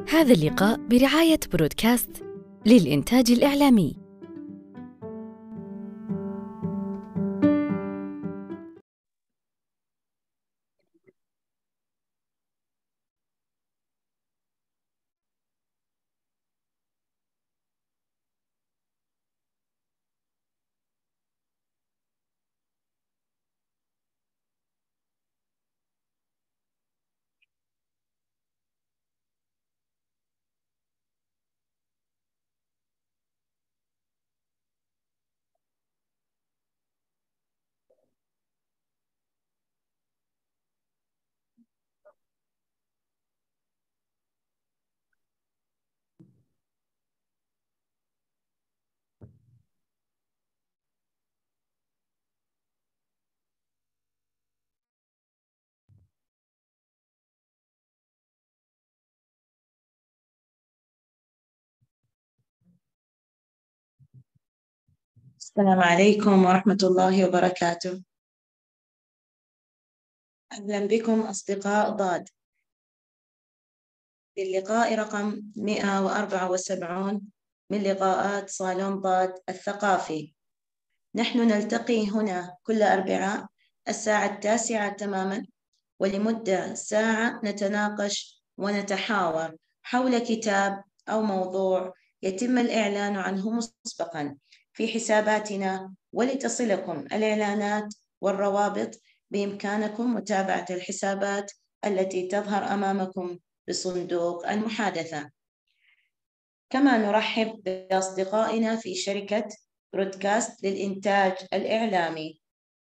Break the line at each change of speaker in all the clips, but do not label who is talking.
هذا اللقاء برعاية برودكاست للإنتاج الإعلامي.
السلام عليكم ورحمة الله وبركاته. أهلا بكم أصدقاء ضاد باللقاء رقم 174 من لقاءات صالون ضاد الثقافي. نحن نلتقي هنا كل أربعاء الساعة 9 تماما، ولمدة ساعة نتناقش ونتحاور حول كتاب أو موضوع يتم الإعلان عنه مسبقا في حساباتنا، ولتصلكم الإعلانات والروابط بإمكانكم متابعة الحسابات التي تظهر أمامكم بصندوق المحادثة. كما نرحب بأصدقائنا في شركة برودكاست للإنتاج الإعلامي.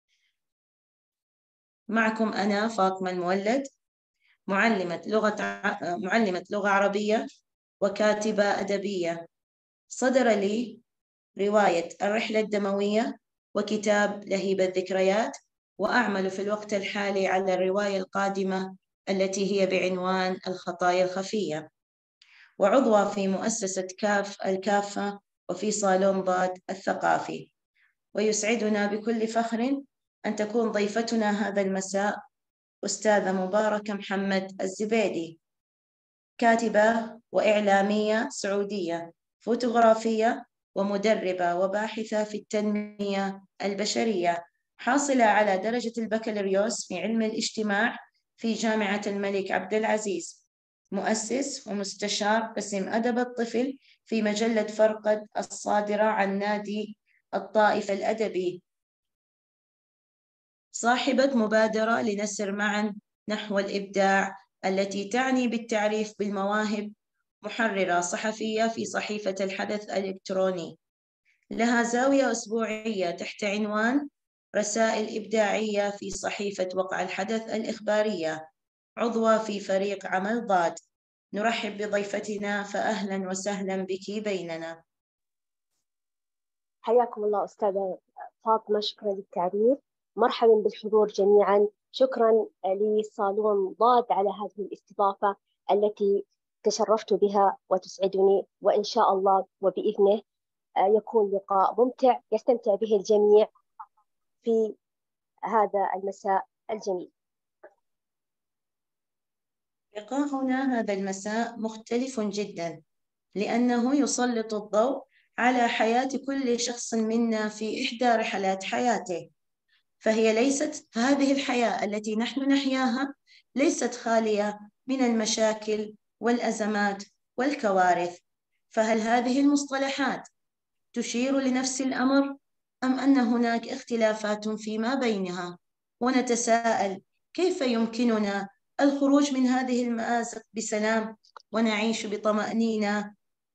معكم أنا فاطمة المولد، معلمة لغة عربية وكاتبة أدبية. صدر لي رواية الرحلة الدموية وكتاب لهيب الذكريات، وأعمل في الوقت الحالي على الرواية القادمة التي هي بعنوان الخطايا الخفية، وعضوة في مؤسسة الكافة وفي صالون ضاد الثقافي. ويسعدنا بكل فخر أن تكون ضيفتنا هذا المساء أستاذة مباركة محمد الزبيدي، كاتبة وإعلامية سعودية، فوتوغرافية ومدربة وباحثة في التنمية البشرية، حاصلة على درجة البكالوريوس في علم الاجتماع في جامعة الملك عبد العزيز، مؤسس ومستشار قسم أدب الطفل في مجلة فرقد الصادرة عن نادي الطائف الأدبي، صاحبة مبادرة لنسر معا نحو الإبداع التي تعني بالتعريف بالمواهب، محررة صحفية في صحيفة الحدث الإلكتروني، لها زاوية أسبوعية تحت عنوان رسائل إبداعية في صحيفة وقع الحدث الإخبارية، عضوة في فريق عمل ضاد. نرحب بضيفتنا، فأهلا وسهلا بك بيننا.
حياكم الله أستاذة فاطمة، شكرا للتعريف. مرحبا بالحضور جميعا. شكرا لصالون ضاد على هذه الاستضافة التي تشرفت بها وتسعدني، وإن شاء الله وبإذنه يكون لقاء ممتع يستمتع به الجميع في هذا المساء الجميل.
لقاؤنا هذا المساء مختلف جدا، لأنه يسلط الضوء على حياة كل شخص منا في إحدى رحلات حياته. فهذه الحياة التي نحن نحياها ليست خالية من المشاكل والأزمات والكوارث. فهل هذه المصطلحات تشير لنفس الأمر، أم أن هناك اختلافات فيما بينها؟ ونتساءل كيف يمكننا الخروج من هذه المآزق بسلام ونعيش بطمأنينة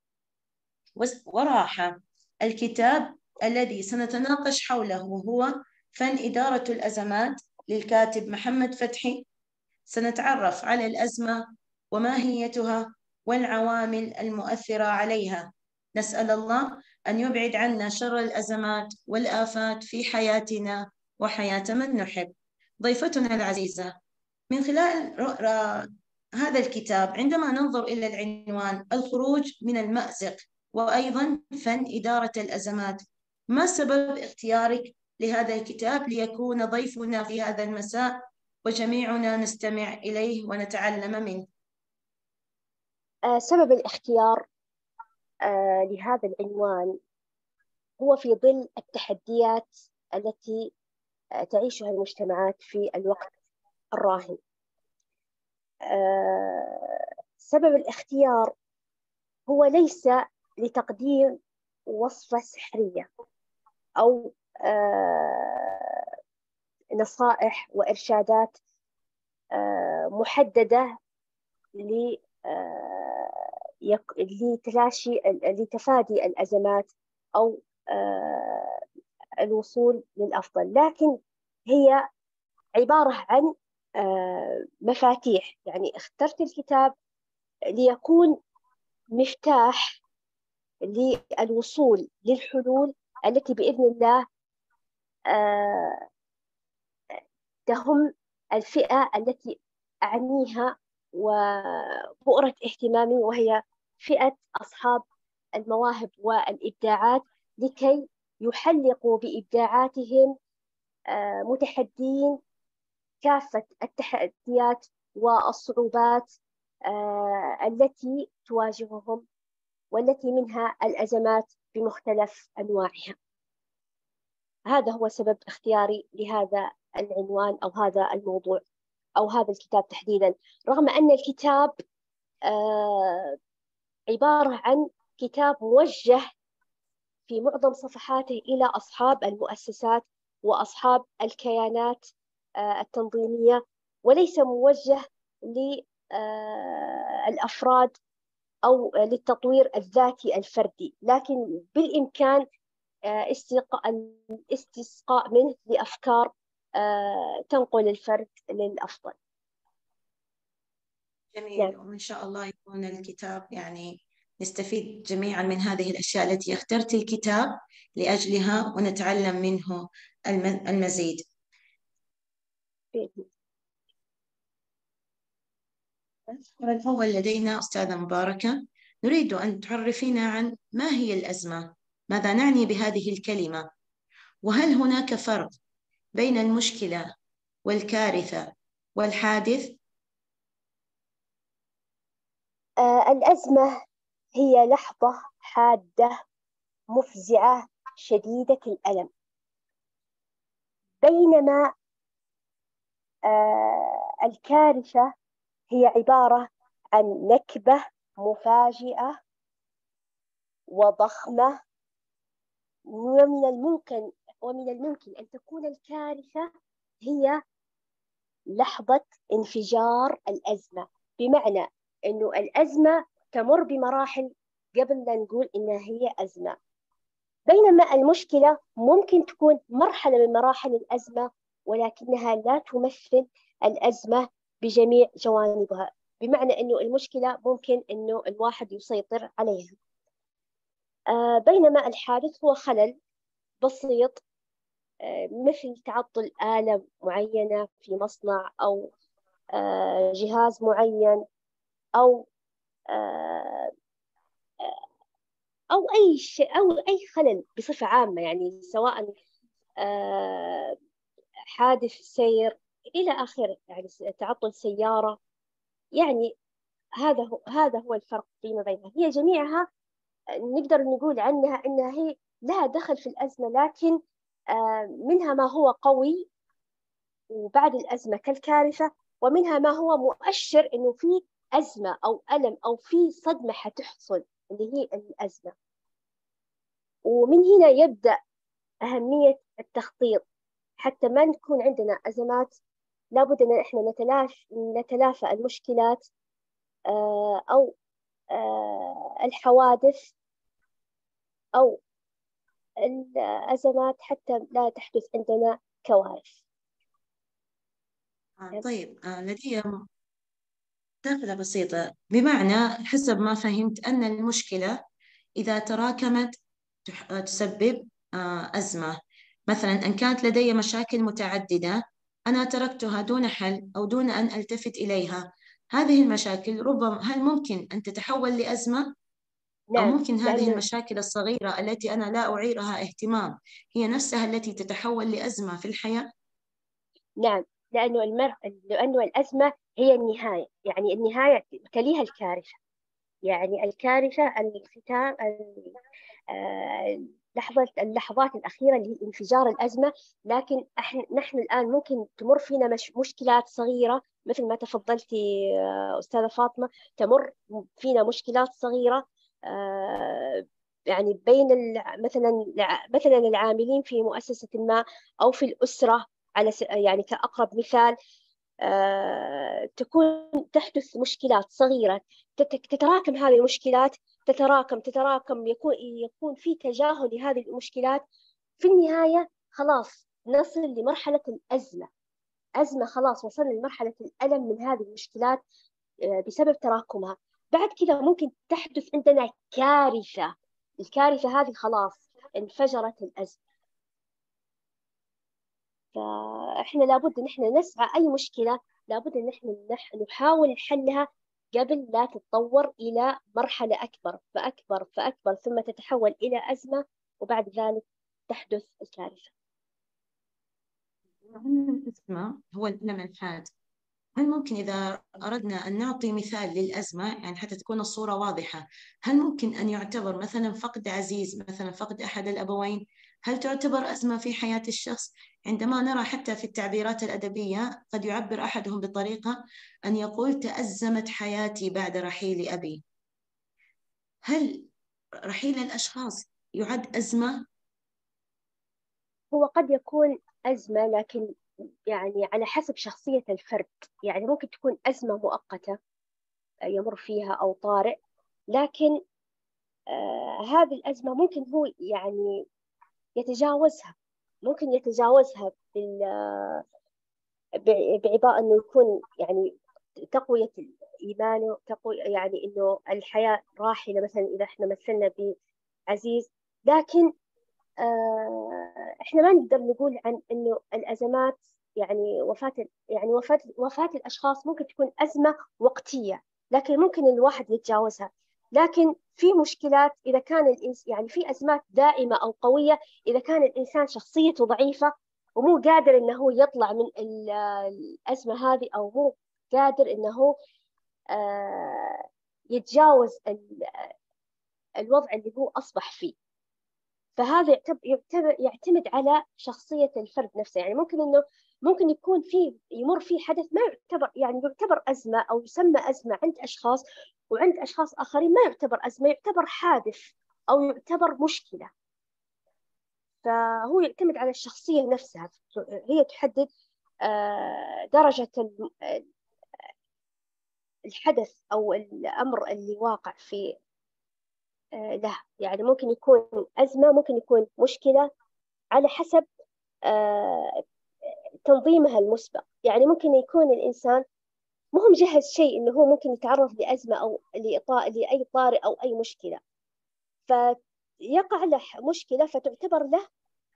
وراحة. الكتاب الذي سنتناقش حوله هو فن إدارة الأزمات للكاتب محمد فتحي. سنتعرف على الأزمة وماهيتها والعوامل المؤثرة عليها. نسأل الله أن يبعد عنا شر الأزمات والآفات في حياتنا وحياة من نحب. ضيفتنا العزيزة، من خلال هذا الكتاب عندما ننظر إلى العنوان الخروج من المأزق وأيضا فن إدارة الأزمات، ما سبب اختيارك لهذا الكتاب ليكون ضيفنا في هذا المساء وجميعنا نستمع إليه ونتعلم منه؟
سبب الاختيار لهذا العنوان هو في ظل التحديات التي تعيشها المجتمعات في الوقت الراهن. سبب الاختيار هو ليس لتقديم وصفة سحرية أو نصائح وإرشادات محددة لتفادي الأزمات أو الوصول للأفضل، لكن هي عبارة عن مفاتيح. يعني اخترت الكتاب ليكون مفتاح للوصول للحلول التي بإذن الله تهم الفئة التي أعنيها وبؤرة اهتمامي، وهي فئة أصحاب المواهب والإبداعات، لكي يحلقوا بإبداعاتهم متحدين كافة التحديات والصعوبات التي تواجههم، والتي منها الأزمات بمختلف أنواعها. هذا هو سبب اختياري لهذا العنوان أو هذا الموضوع أو هذا الكتاب تحديدا، رغم أن الكتاب عبارة عن كتاب موجه في معظم صفحاته إلى أصحاب المؤسسات وأصحاب الكيانات التنظيمية، وليس موجه للأفراد أو للتطوير الذاتي الفردي، لكن بالإمكان الاستسقاء منه لأفكار تنقل الفرد للأفضل.
جميل. يعني. وإن شاء الله يكون الكتاب يعني نستفيد جميعا من هذه الأشياء التي اخترت الكتاب لأجلها ونتعلم منه المزيد. السؤال الأول لدينا أستاذة مباركة، نريد أن تعرفينا عن ما هي الأزمة؟ ماذا نعني بهذه الكلمة؟ وهل هناك فرق بين المشكلة والكارثة والحادث؟
الأزمة هي لحظة حادة مفزعة شديدة الألم، بينما الكارثة هي عبارة عن نكبة مفاجئة وضخمة. ومن الممكن أن تكون الكارثة هي لحظة انفجار الأزمة، بمعنى أنه الأزمة تمر بمراحل قبل لا نقول إنها هي أزمة، بينما المشكلة ممكن تكون مرحلة من مراحل الأزمة ولكنها لا تمثل الأزمة بجميع جوانبها، بمعنى أنه المشكلة ممكن أنه الواحد يسيطر عليها، بينما الحادث هو خلل بسيط مثل تعطل آلة معينة في مصنع أو جهاز معين أو أي شيء أو أي خلل بصفة عامة، يعني سواء حادث سير إلى آخره، يعني تعطل سيارة. يعني هذا هو الفرق فيما بينها. هي جميعها نقدر نقول عنها أنها هي لها دخل في الأزمة، لكن منها ما هو قوي وبعد الأزمة كالكارثة، ومنها ما هو مؤشر إنه في أزمة أو ألم أو في صدمة حتحصل اللي هي الأزمة. ومن هنا يبدأ أهمية التخطيط، حتى ما نكون عندنا أزمات لابد أن إحنا نتلافى المشكلات أو الحوادث أو الأزمات حتى لا تحدث عندنا كوارث.
طيب، لدي داخلة بسيطة، بمعنى حسب ما فهمت أن المشكلة إذا تراكمت تسبب أزمة. مثلا أن كانت لدي مشاكل متعددة أنا تركتها دون حل أو دون أن ألتفت إليها، هذه المشاكل ربما هل ممكن أن تتحول لأزمة؟ أو
نعم،
ممكن هذه المشاكل الصغيرة التي أنا لا أعيرها اهتمام هي نفسها التي تتحول لأزمة في الحياة؟
نعم، لأنه الأزمة هي النهاية، يعني النهاية تليها الكارثة، يعني الكارثة الختام اللحظات الأخيرة اللي هي انفجار الأزمة. لكن نحن الآن ممكن تمر فينا مشكلات صغيرة مثل ما تفضلتي أستاذة فاطمة، تمر فينا مشكلات صغيرة يعني بين مثلا العاملين في مؤسسة ما أو في الأسرة، يعني كأقرب مثال تكون تحدث مشكلات صغيرة، تتراكم هذه المشكلات، تتراكم، يكون في تجاهل لهذه المشكلات. في النهاية خلاص نصل لمرحلة أزمة، خلاص وصلنا لمرحلة الألم من هذه المشكلات بسبب تراكمها. بعد كذا ممكن تحدث عندنا كارثة، الكارثة هذه خلاص انفجرت الأزمة. فإحنا لابد إن إحنا نسعى أي مشكلة، لابد إن إحنا نحاول حلها قبل لا تتطور إلى مرحلة أكبر فأكبر فأكبر، ثم تتحول إلى أزمة، وبعد ذلك تحدث الكارثة.
الأزمة هو الألم الحاد. هل ممكن إذا أردنا أن نعطي مثال للأزمة، يعني حتى تكون الصورة واضحة، هل ممكن أن يعتبر مثلا فقد عزيز، مثلا فقد أحد الأبوين، هل تعتبر أزمة في حياة الشخص؟ عندما نرى حتى في التعبيرات الأدبية قد يعبر أحدهم بطريقة أن يقول تأزمت حياتي بعد رحيل أبي. هل رحيل الأشخاص يعد أزمة؟
هو قد يكون أزمة، لكن يعني على حسب شخصية الفرد. يعني ممكن تكون أزمة مؤقتة يمر فيها أو طارئ، لكن هذه الأزمة ممكن هو يعني يتجاوزها، ممكن يتجاوزها بعبارة أنه يكون يعني تقوية إيمانه، يعني أنه الحياة راحلة مثلا إذا إحنا مثلنا بعزيز. لكن إحنا ما نقدر نقول عن أنه الأزمات يعني وفاة الأشخاص ممكن تكون أزمة وقتية، لكن ممكن الواحد يتجاوزها. لكن في مشكلات إذا كان يعني في أزمات دائمة أو قوية إذا كان الإنسان شخصيته ضعيفة ومو قادر إنه هو يطلع من الأزمة هذه، أو مو قادر إنه يتجاوز الوضع اللي هو أصبح فيه. فهذا يعتمد على شخصية الفرد نفسه. يعني ممكن يكون يمر فيه حدث ما يعتبر أزمة أو يسمى أزمة عند أشخاص، وعند أشخاص آخرين ما يعتبر أزمة، يعتبر حادث أو يعتبر مشكلة. فهو يعتمد على الشخصية نفسها، هي تحدد درجة الحدث أو الأمر اللي واقع في له. يعني ممكن يكون أزمة، ممكن يكون مشكلة، على حسب تنظيمها المسبق. يعني ممكن يكون الإنسان مو مجهز شيء إنه هو ممكن يتعرض لأزمة أو لأي طارئ أو أي مشكلة، فيقع له مشكلة فتعتبر له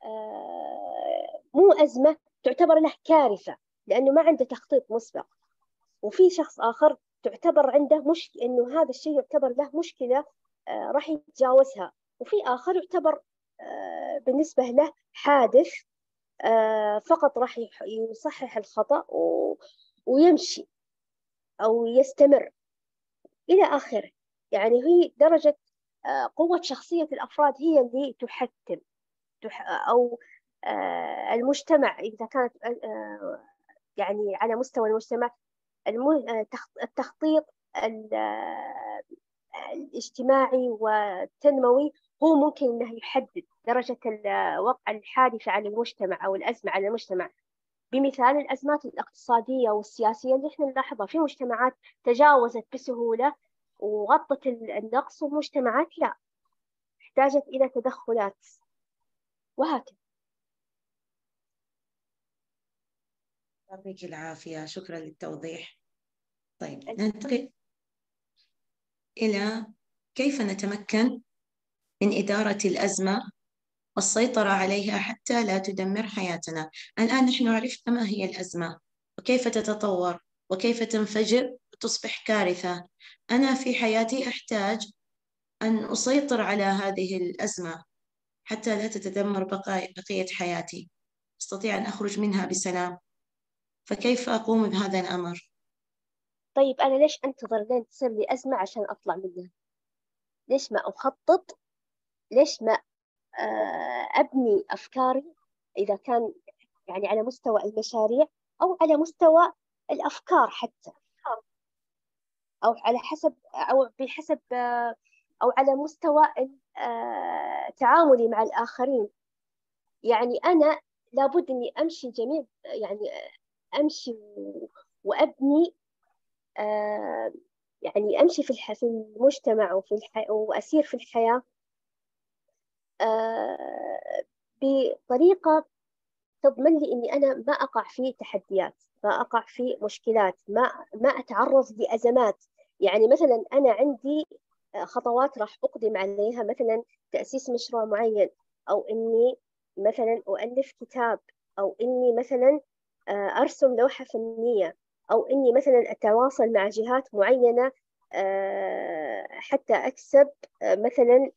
مو أزمة، تعتبر له كارثة لأنه ما عنده تخطيط مسبق. وفي شخص آخر تعتبر عنده إنه هذا الشيء يعتبر له مشكلة راح يتجاوزها. وفي آخر يعتبر بالنسبة له حادث فقط راح يصحح الخطأ ويمشي أو يستمر إلى آخره. يعني هي درجة قوة شخصية الأفراد هي اللي تحتم أو المجتمع إذا كانت يعني على مستوى المجتمع التخطيط الاجتماعي والتنموي هو ممكن أنه يحدد درجة الوقع الحادثة على المجتمع أو الأزمة على المجتمع. بمثال الأزمات الاقتصادية والسياسية اللي احنا نلاحظها في مجتمعات تجاوزت بسهولة وغطت النقص، ومجتمعات لا احتاجت إلى تدخلات، وهكذا.
يعطيك العافية، شكرا للتوضيح. طيب ننتقل إلى كيف نتمكن من إدارة الأزمة والسيطرة عليها حتى لا تدمر حياتنا. الآن نحن عرفنا ما هي الأزمة وكيف تتطور وكيف تنفجر وتصبح كارثة. أنا في حياتي أحتاج أن أسيطر على هذه الأزمة حتى لا تتدمر بقية حياتي، أستطيع أن أخرج منها بسلام. فكيف أقوم بهذا الأمر؟
طيب أنا ليش أنتظر لين تصير لي أزمة عشان أطلع منها؟ ليش ما أخطط؟ ليش ما أبني أفكاري إذا كان يعني على مستوى المشاريع أو على مستوى الأفكار حتى، أو على حسب أو بحسب أو على مستوى تعاملي مع الآخرين. يعني أنا لابد إني أمشي جميع، يعني أمشي وأبني، يعني أمشي في المجتمع وأسير في الحياة بطريقة تضمن لي إني أنا ما أقع في تحديات، ما أقع في مشكلات، ما أتعرض لأزمات. يعني مثلا أنا عندي خطوات راح أقدم عليها، مثلا تأسيس مشروع معين، أو إني مثلا أؤلف كتاب، أو إني مثلا أرسم لوحة فنية، أو إني مثلا أتواصل مع جهات معينة حتى أكسب مثلا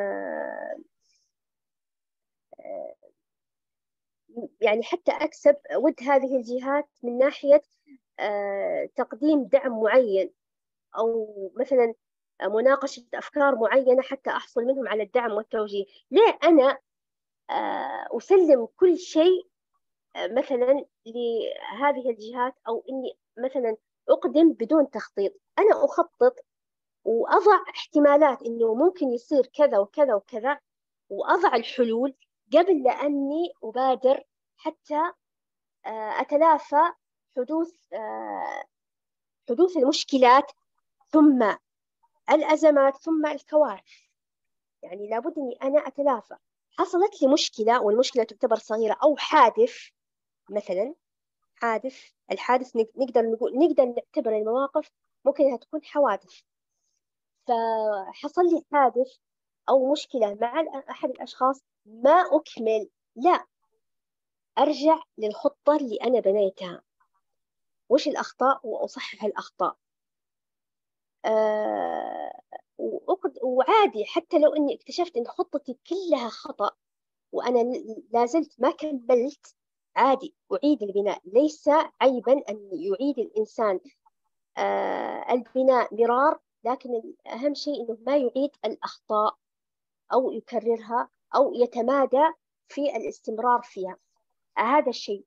يعني حتى أكسب ود هذه الجهات من ناحية تقديم دعم معين، أو مثلا مناقشة أفكار معينة حتى أحصل منهم على الدعم والتوجيه. ليه أنا أسلم كل شيء مثلا لهذه الجهات، أو إني مثلا أقدم بدون تخطيط؟ أنا أخطط وأضع احتمالات إنه ممكن يصير كذا وكذا وكذا، وأضع الحلول قبل لأني أبادر حتى أتلافى حدوث المشكلات، ثم الأزمات، ثم الكوارث. يعني لابد أني أنا أتلافى. حصلت لي مشكلة والمشكلة تعتبر صغيرة، أو حادث مثلا، الحادث نقدر نعتبر المواقف ممكن أنها تكون حوادث. فحصل لي حادث أو مشكلة مع أحد الأشخاص، ما أكمل، لا، أرجع للخطة اللي أنا بنيتها، وش الأخطاء وأصحح الأخطاء. وعادي حتى لو أني اكتشفت أن خطتي كلها خطأ وأنا لازلت ما كملت، عادي أعيد البناء. ليس عيبا أن يعيد الإنسان البناء مرار، لكن الأهم شيء أنه ما يعيد الأخطاء أو يكررها أو يتمادى في الاستمرار فيها. هذا الشيء.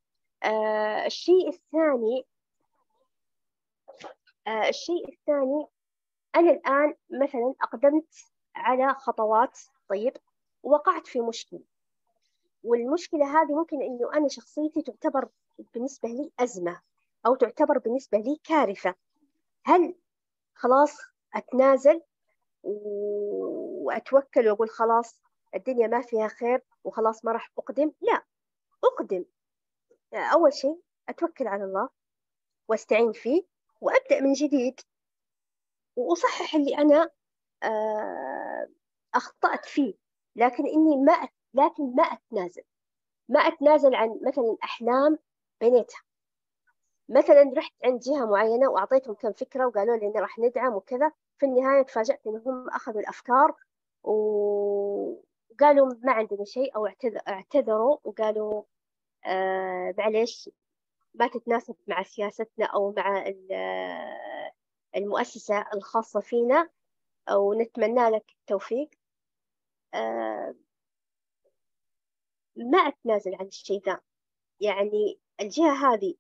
الشيء الثاني، أنا الآن مثلا أقدمت على خطوات، طيب، وقعت في مشكلة، والمشكلة هذه ممكن إنه أنا شخصيتي تعتبر بالنسبة لي أزمة، أو تعتبر بالنسبة لي كارثة. هل خلاص أتنازل وأتوكل وأقول خلاص الدنيا ما فيها خير وخلاص ما راح أقدم؟ لا، أقدم. أول شيء أتوكل على الله واستعين فيه وأبدأ من جديد، وأصحح اللي أنا أخطأت فيه. لكن ما أتنازل عن مثلا أحلام بنيتها. مثلا رحت عند جهة معينة وأعطيتهم كم فكرة وقالوا لي إن راح ندعم وكذا، في النهاية تفاجأت إنهم أخذوا الأفكار وقالوا ما عندنا شيء، أو اعتذروا وقالوا معليش ما تتناسب مع سياستنا أو مع المؤسسة الخاصة فينا، أو نتمنى لك التوفيق. ما أتنازل عن الشيء ذا. يعني الجهة هذه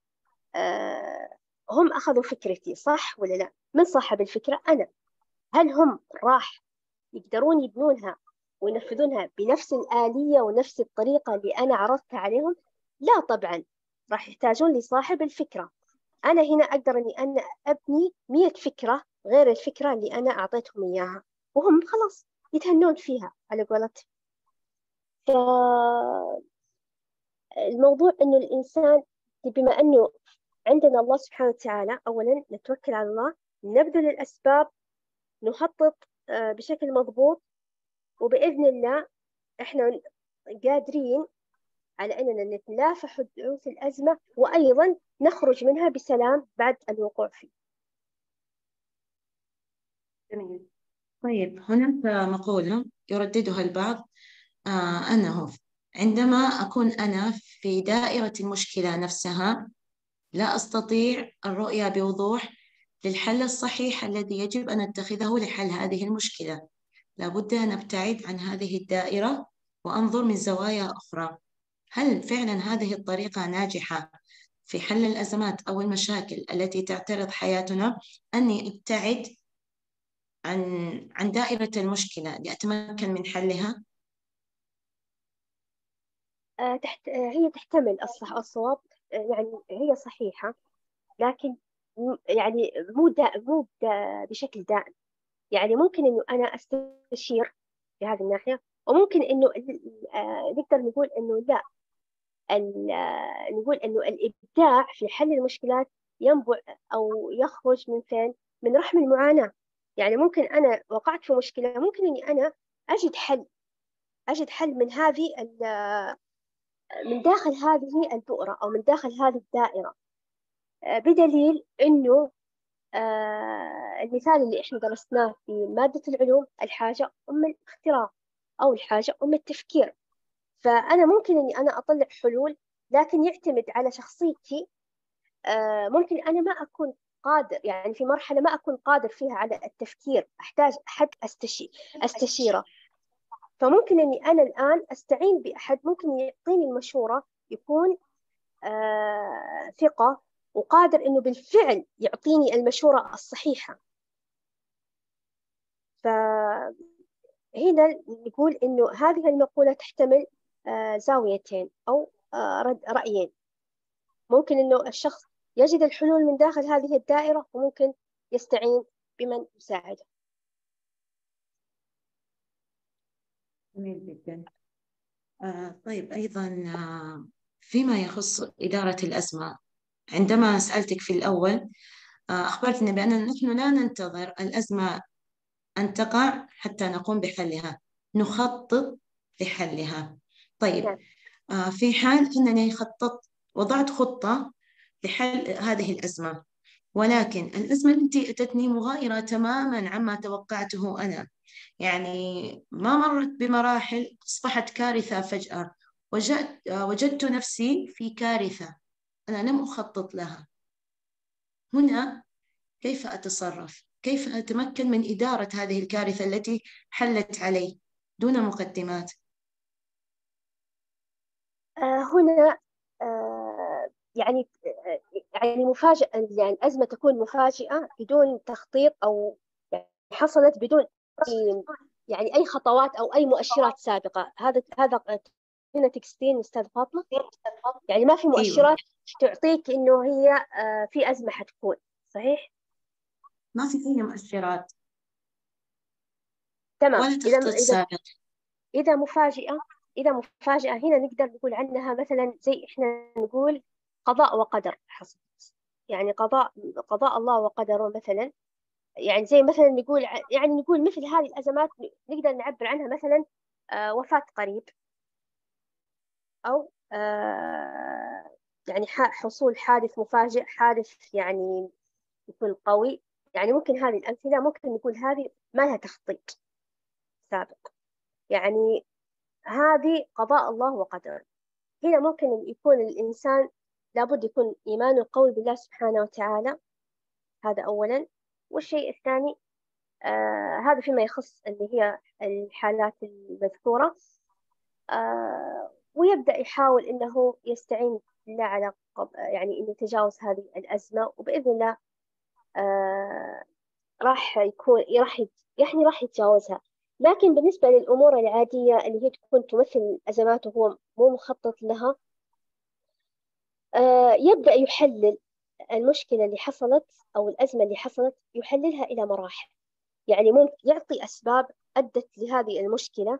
هم أخذوا فكرتي، صح ولا لا؟ من صاحب الفكرة؟ أنا. هل هم راح يقدرون يبنونها وينفذونها بنفس الآلية ونفس الطريقة اللي أنا عرضتها عليهم؟ لا طبعا، راح يحتاجون لصاحب الفكرة. أنا هنا أقدر أني أنا أبني 100 فكرة غير الفكرة اللي أنا أعطيتهم إياها، وهم خلاص يتهنون فيها على قولتهم. فالموضوع أنه الإنسان بما أنه عندنا الله سبحانه وتعالى، أولا نتوكل على الله، نبذل الأسباب، نخطط بشكل مضبوط، وبإذن الله إحنا قادرين على أننا نتلافى حدوث الأزمة، وأيضا نخرج منها بسلام بعد الوقوع فيه.
جميل. طيب، هناك مقولة يرددها البعض، أنه عندما أكون أنا في دائرة المشكلة نفسها لا أستطيع الرؤية بوضوح للحل الصحيح الذي يجب أن نتخذه لحل هذه المشكلة. لابد أن أبتعد عن هذه الدائرة وأنظر من زوايا أخرى. هل فعلا هذه الطريقة ناجحة في حل الأزمات أو المشاكل التي تعترض حياتنا؟ أني أبتعد عن دائرة المشكلة لأتمكن من حلها.
هي تحتمل الصح والصواب. يعني هي صحيحة، لكن يعني مو بشكل دائم. يعني ممكن إنه أنا أستشير في هذه الناحية، وممكن إنه نقدر نقول إنه لا، نقول إنه الإبداع في حل المشكلات ينبع أو يخرج من فين؟ من رحم المعاناة. يعني ممكن أنا وقعت في مشكلة، ممكن إني أنا أجد حل من داخل هذه البؤرة أو من داخل هذه الدائرة. بدليل إنه المثال اللي إحنا درسناه في مادة العلوم، الحاجة أم الاختراع أو الحاجة أم التفكير. فأنا ممكن إني أنا أطلع حلول، لكن يعتمد على شخصيتي. ممكن أنا ما أكون قادر، يعني في مرحلة ما أكون قادر فيها على التفكير، أحتاج أحد أستشيره. فممكن إني أنا الآن أستعين بأحد ممكن يعطيني المشورة، يكون ثقة وقادر إنه بالفعل يعطيني المشورة الصحيحة. فهنا نقول إنه هذه المقولة تحتمل زاويتين أو رأيين. ممكن إنه الشخص يجد الحلول من داخل هذه الدائرة، وممكن يستعين بمن يساعده.
جميل جدا. طيب، أيضا فيما يخص إدارة الأزمة، عندما سألتك في الأول أخبرتني بأننا نحن لا ننتظر الأزمة أن تقع حتى نقوم بحلها، نخطط لحلها. طيب،
نعم.
في حال أنني وضعت خطة لحل هذه الأزمة، ولكن الأزمة التي أتتني مغايرة تماما عما توقعته أنا، يعني ما مرت بمراحل، أصبحت كارثة فجأة. وجدت نفسي في كارثة أنا لم أخطط لها. هنا كيف أتصرف؟ كيف أتمكن من إدارة هذه الكارثة التي حلت علي دون مقدمات؟
هنا يعني مفاجأة، يعني الأزمة تكون مفاجئة بدون تخطيط، أو يعني حصلت بدون يعني أي خطوات أو أي مؤشرات سابقة. هذا هنا تكستين أستاذ فاطمة. يعني ما في
أيوة،
مؤشرات تعطيك إنه هي في أزمة حتكون. صحيح؟
ما في أي مؤشرات
تمام.
ولا
إذا
تخطيط
إذا
سابق.
إذا مفاجئة إذا مفاجأة هنا نقدر نقول عنها مثلا، زي إحنا نقول قضاء وقدر حصل. يعني قضاء الله وقدره مثلا. يعني زي مثلا نقول مثل هذه الأزمات نقدر نعبر عنها مثلا وفاة قريب، أو يعني حصول حادث مفاجئ، حادث يعني يكون قوي. يعني ممكن هذه الأمثلة ممكن نقول هذه ما لها تخطيط سابق. يعني هذه قضاء الله وقدره. هنا ممكن يكون الإنسان لابد يكون إيمانه قوي بالله سبحانه وتعالى. هذا أولا. والشيء الثاني هذا فيما يخص اللي هي الحالات المذكورة. ويبدأ يحاول إنه يستعين بالله على يعني إنه يتجاوز هذه الأزمة، وبإذن الله آه راح يكون يعني راح يتجاوزها. لكن بالنسبة للأمور العادية اللي هي تكون تمثل أزمات وهو مو مخطط لها، يبدأ يحلل المشكلة اللي حصلت أو الأزمة اللي حصلت، يحللها إلى مراحل. يعني ممكن يعطي أسباب أدت لهذه المشكلة.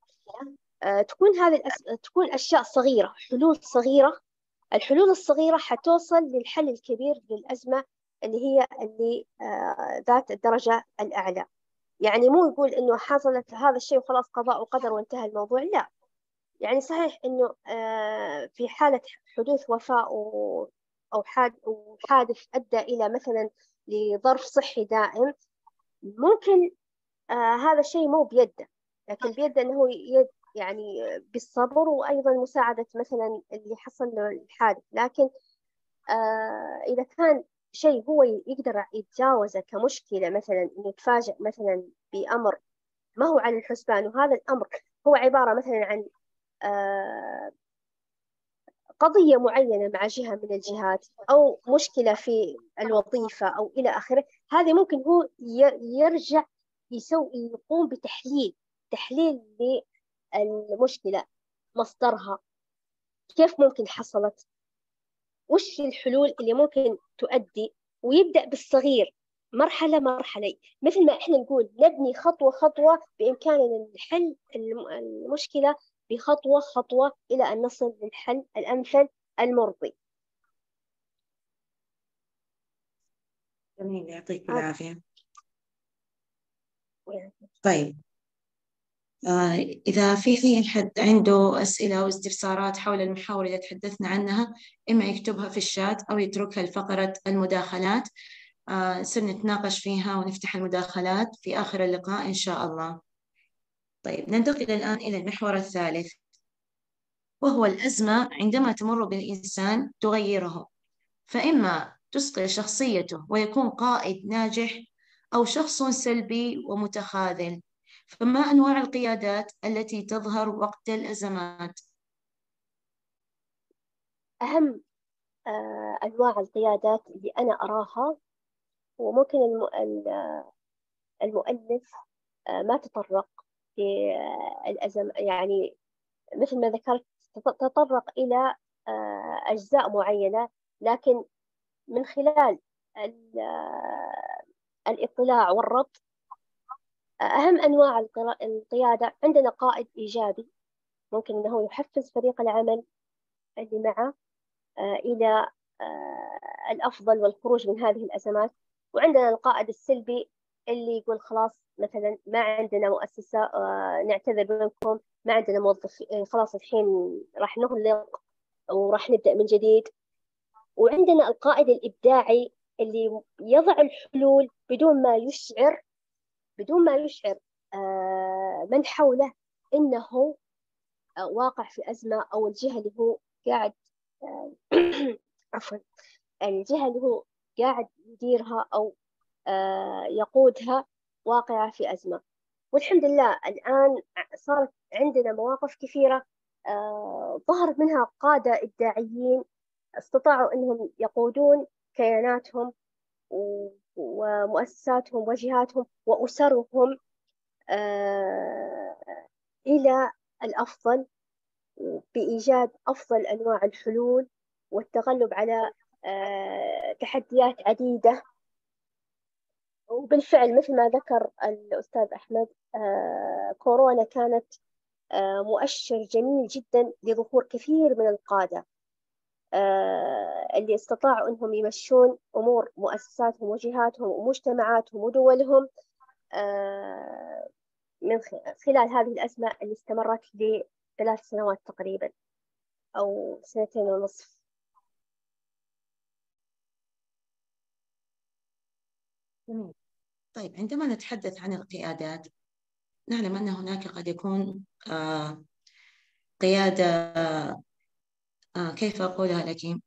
تكون أشياء صغيرة، حلول صغيرة. الحلول الصغيرة حتوصل للحل الكبير للأزمة اللي ذات الدرجة الأعلى. يعني مو يقول إنه حصلت هذا الشيء وخلاص قضاء وقدر وانتهى الموضوع، لا. يعني صحيح إنه في حالة حدوث وفاة أو حادث أدى إلى مثلا لظرف صحي دائم، ممكن هذا الشيء مو بيده، لكن بيده أنه يعني بالصبر، وأيضا مساعدة مثلا اللي حصل له الحادث. لكن إذا كان شيء هو يقدر يتجاوزه كمشكلة، مثلا إنه يتفاجأ مثلا بأمر ما هو على الحسبان، وهذا الأمر هو عبارة مثلا عن قضية معينة مع جهة من الجهات، أو مشكلة في الوظيفة أو إلى آخره، هذه ممكن هو يرجع يقوم تحليل للمشكلة، مصدرها، كيف ممكن حصلت، وش الحلول اللي ممكن تؤدي، ويبدأ بالصغير مرحلة مرحلة. مثل ما إحنا نقول نبني خطوة خطوة، بإمكاننا نحل المشكلة بخطوة خطوة إلى أن نصل للحل الأمثل المرضي.
جميل، يعطيك العافية.
يعني
طيب، إذا في أي حد عنده أسئلة أو استفسارات حول المحاور اللي تحدثنا عنها، إما يكتبها في الشات أو يتركها لفقرة المداخلات، نصير نتناقش فيها ونفتح المداخلات في آخر اللقاء إن شاء الله. طيب، ننتقل الآن إلى المحور الثالث، وهو الأزمة عندما تمر بالإنسان تغيره، فإما تصقل شخصيته ويكون قائد ناجح، أو شخص سلبي ومتخاذل. فما أنواع القيادات التي تظهر وقت الأزمات؟
أهم أنواع القيادات اللي أنا أراها، وممكن المؤلف ما تطرق في الأزمة، يعني مثل ما ذكرت تطرق إلى أجزاء معينة، لكن من خلال الاطلاع والربط، أهم أنواع القيادة، عندنا قائد إيجابي ممكن أنه يحفز فريق العمل اللي معه إلى الأفضل والخروج من هذه الأزمات. وعندنا القائد السلبي اللي يقول خلاص مثلا ما عندنا مؤسسة، نعتذر منكم، ما عندنا موظف، خلاص الحين راح نغلق وراح نبدأ من جديد. وعندنا القائد الإبداعي اللي يضع الحلول بدون ما يشعر من حوله إنه واقع في أزمة، أو الجهة اللي هو قاعد عفوا، الجهة اللي هو قاعد يديرها أو يقودها واقعة في أزمة. والحمد لله الآن صارت عندنا مواقف كثيرة ظهرت منها قادة إبداعيين استطاعوا أنهم يقودون كياناتهم ومؤسساتهم وجهاتهم وأسرهم إلى الأفضل، بإيجاد أفضل أنواع الحلول والتغلب على تحديات عديدة. وبالفعل مثل ما ذكر الأستاذ أحمد، كورونا كانت مؤشر جميل جدا لظهور كثير من القادة اللي استطاعوا أنهم يمشون أمور مؤسساتهم وجهاتهم ومجتمعاتهم ودولهم من خلال هذه الأزمة اللي استمرت ل3 سنوات تقريبا أو 2.5 سنين.
جميل. طيب، عندما نتحدث عن القيادات، نعلم أن هناك قد يكون قيادة، كيف أقولها لك،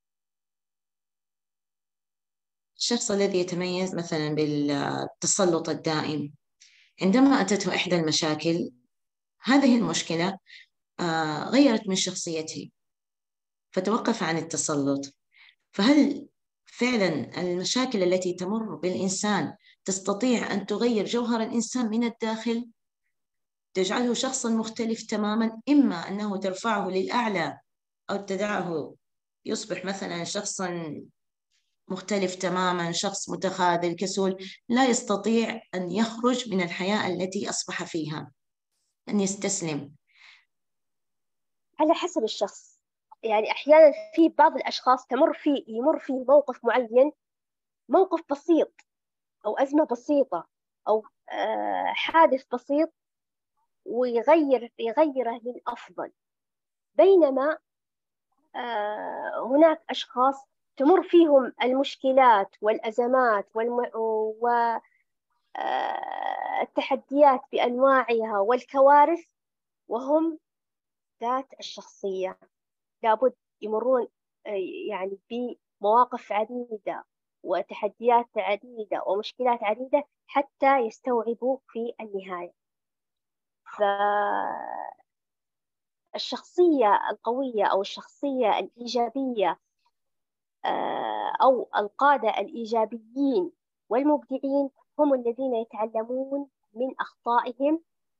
الشخص الذي يتميز مثلا بالتسلط الدائم. عندما أتته إحدى المشاكل، هذه المشكلة غيرت من شخصيته فتوقف عن التسلط. فهل فعلا المشاكل التي تمر بالإنسان تستطيع أن تغير جوهر الإنسان من الداخل، تجعله شخصا مختلف تماما؟ إما أنه ترفعه للأعلى، أو تدعه يصبح مثلا شخصا مختلف تماما، شخص متخاذل كسول، لا يستطيع أن يخرج من الحياة التي أصبح فيها، أن يستسلم.
على حسب الشخص، يعني أحيانا في بعض الأشخاص يمر فيه موقف معين، موقف بسيط أو أزمة بسيطة أو حادث بسيط، يغيره للأفضل. بينما هناك أشخاص تمر فيهم المشكلات والأزمات والتحديات بأنواعها والكوارث، وهم ذات الشخصية لابد يمرون يعني مواقف عديدة وتحديات عديدة ومشكلات عديدة حتى يستوعبوا في النهاية. فالشخصية القوية أو الشخصية الإيجابية أو القادة الإيجابيين والمبدعين هم الذين يتعلمون من أخطائهم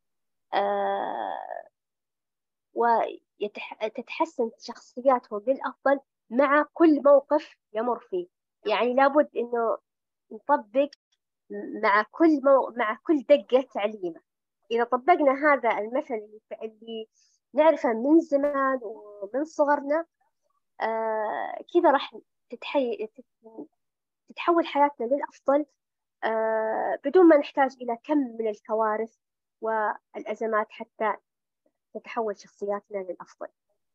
وتتحسن شخصياتهم للأفضل مع كل موقف يمر فيه. يعني لابد إنه نطبق مع كل دقة تعليمه. إذا طبقنا هذا المثل اللي نعرفه من زمان ومن صغرنا، كذا راح تتحول حياتنا للأفضل بدون ما نحتاج إلى كم من الكوارث والأزمات حتى تتحول شخصياتنا للأفضل.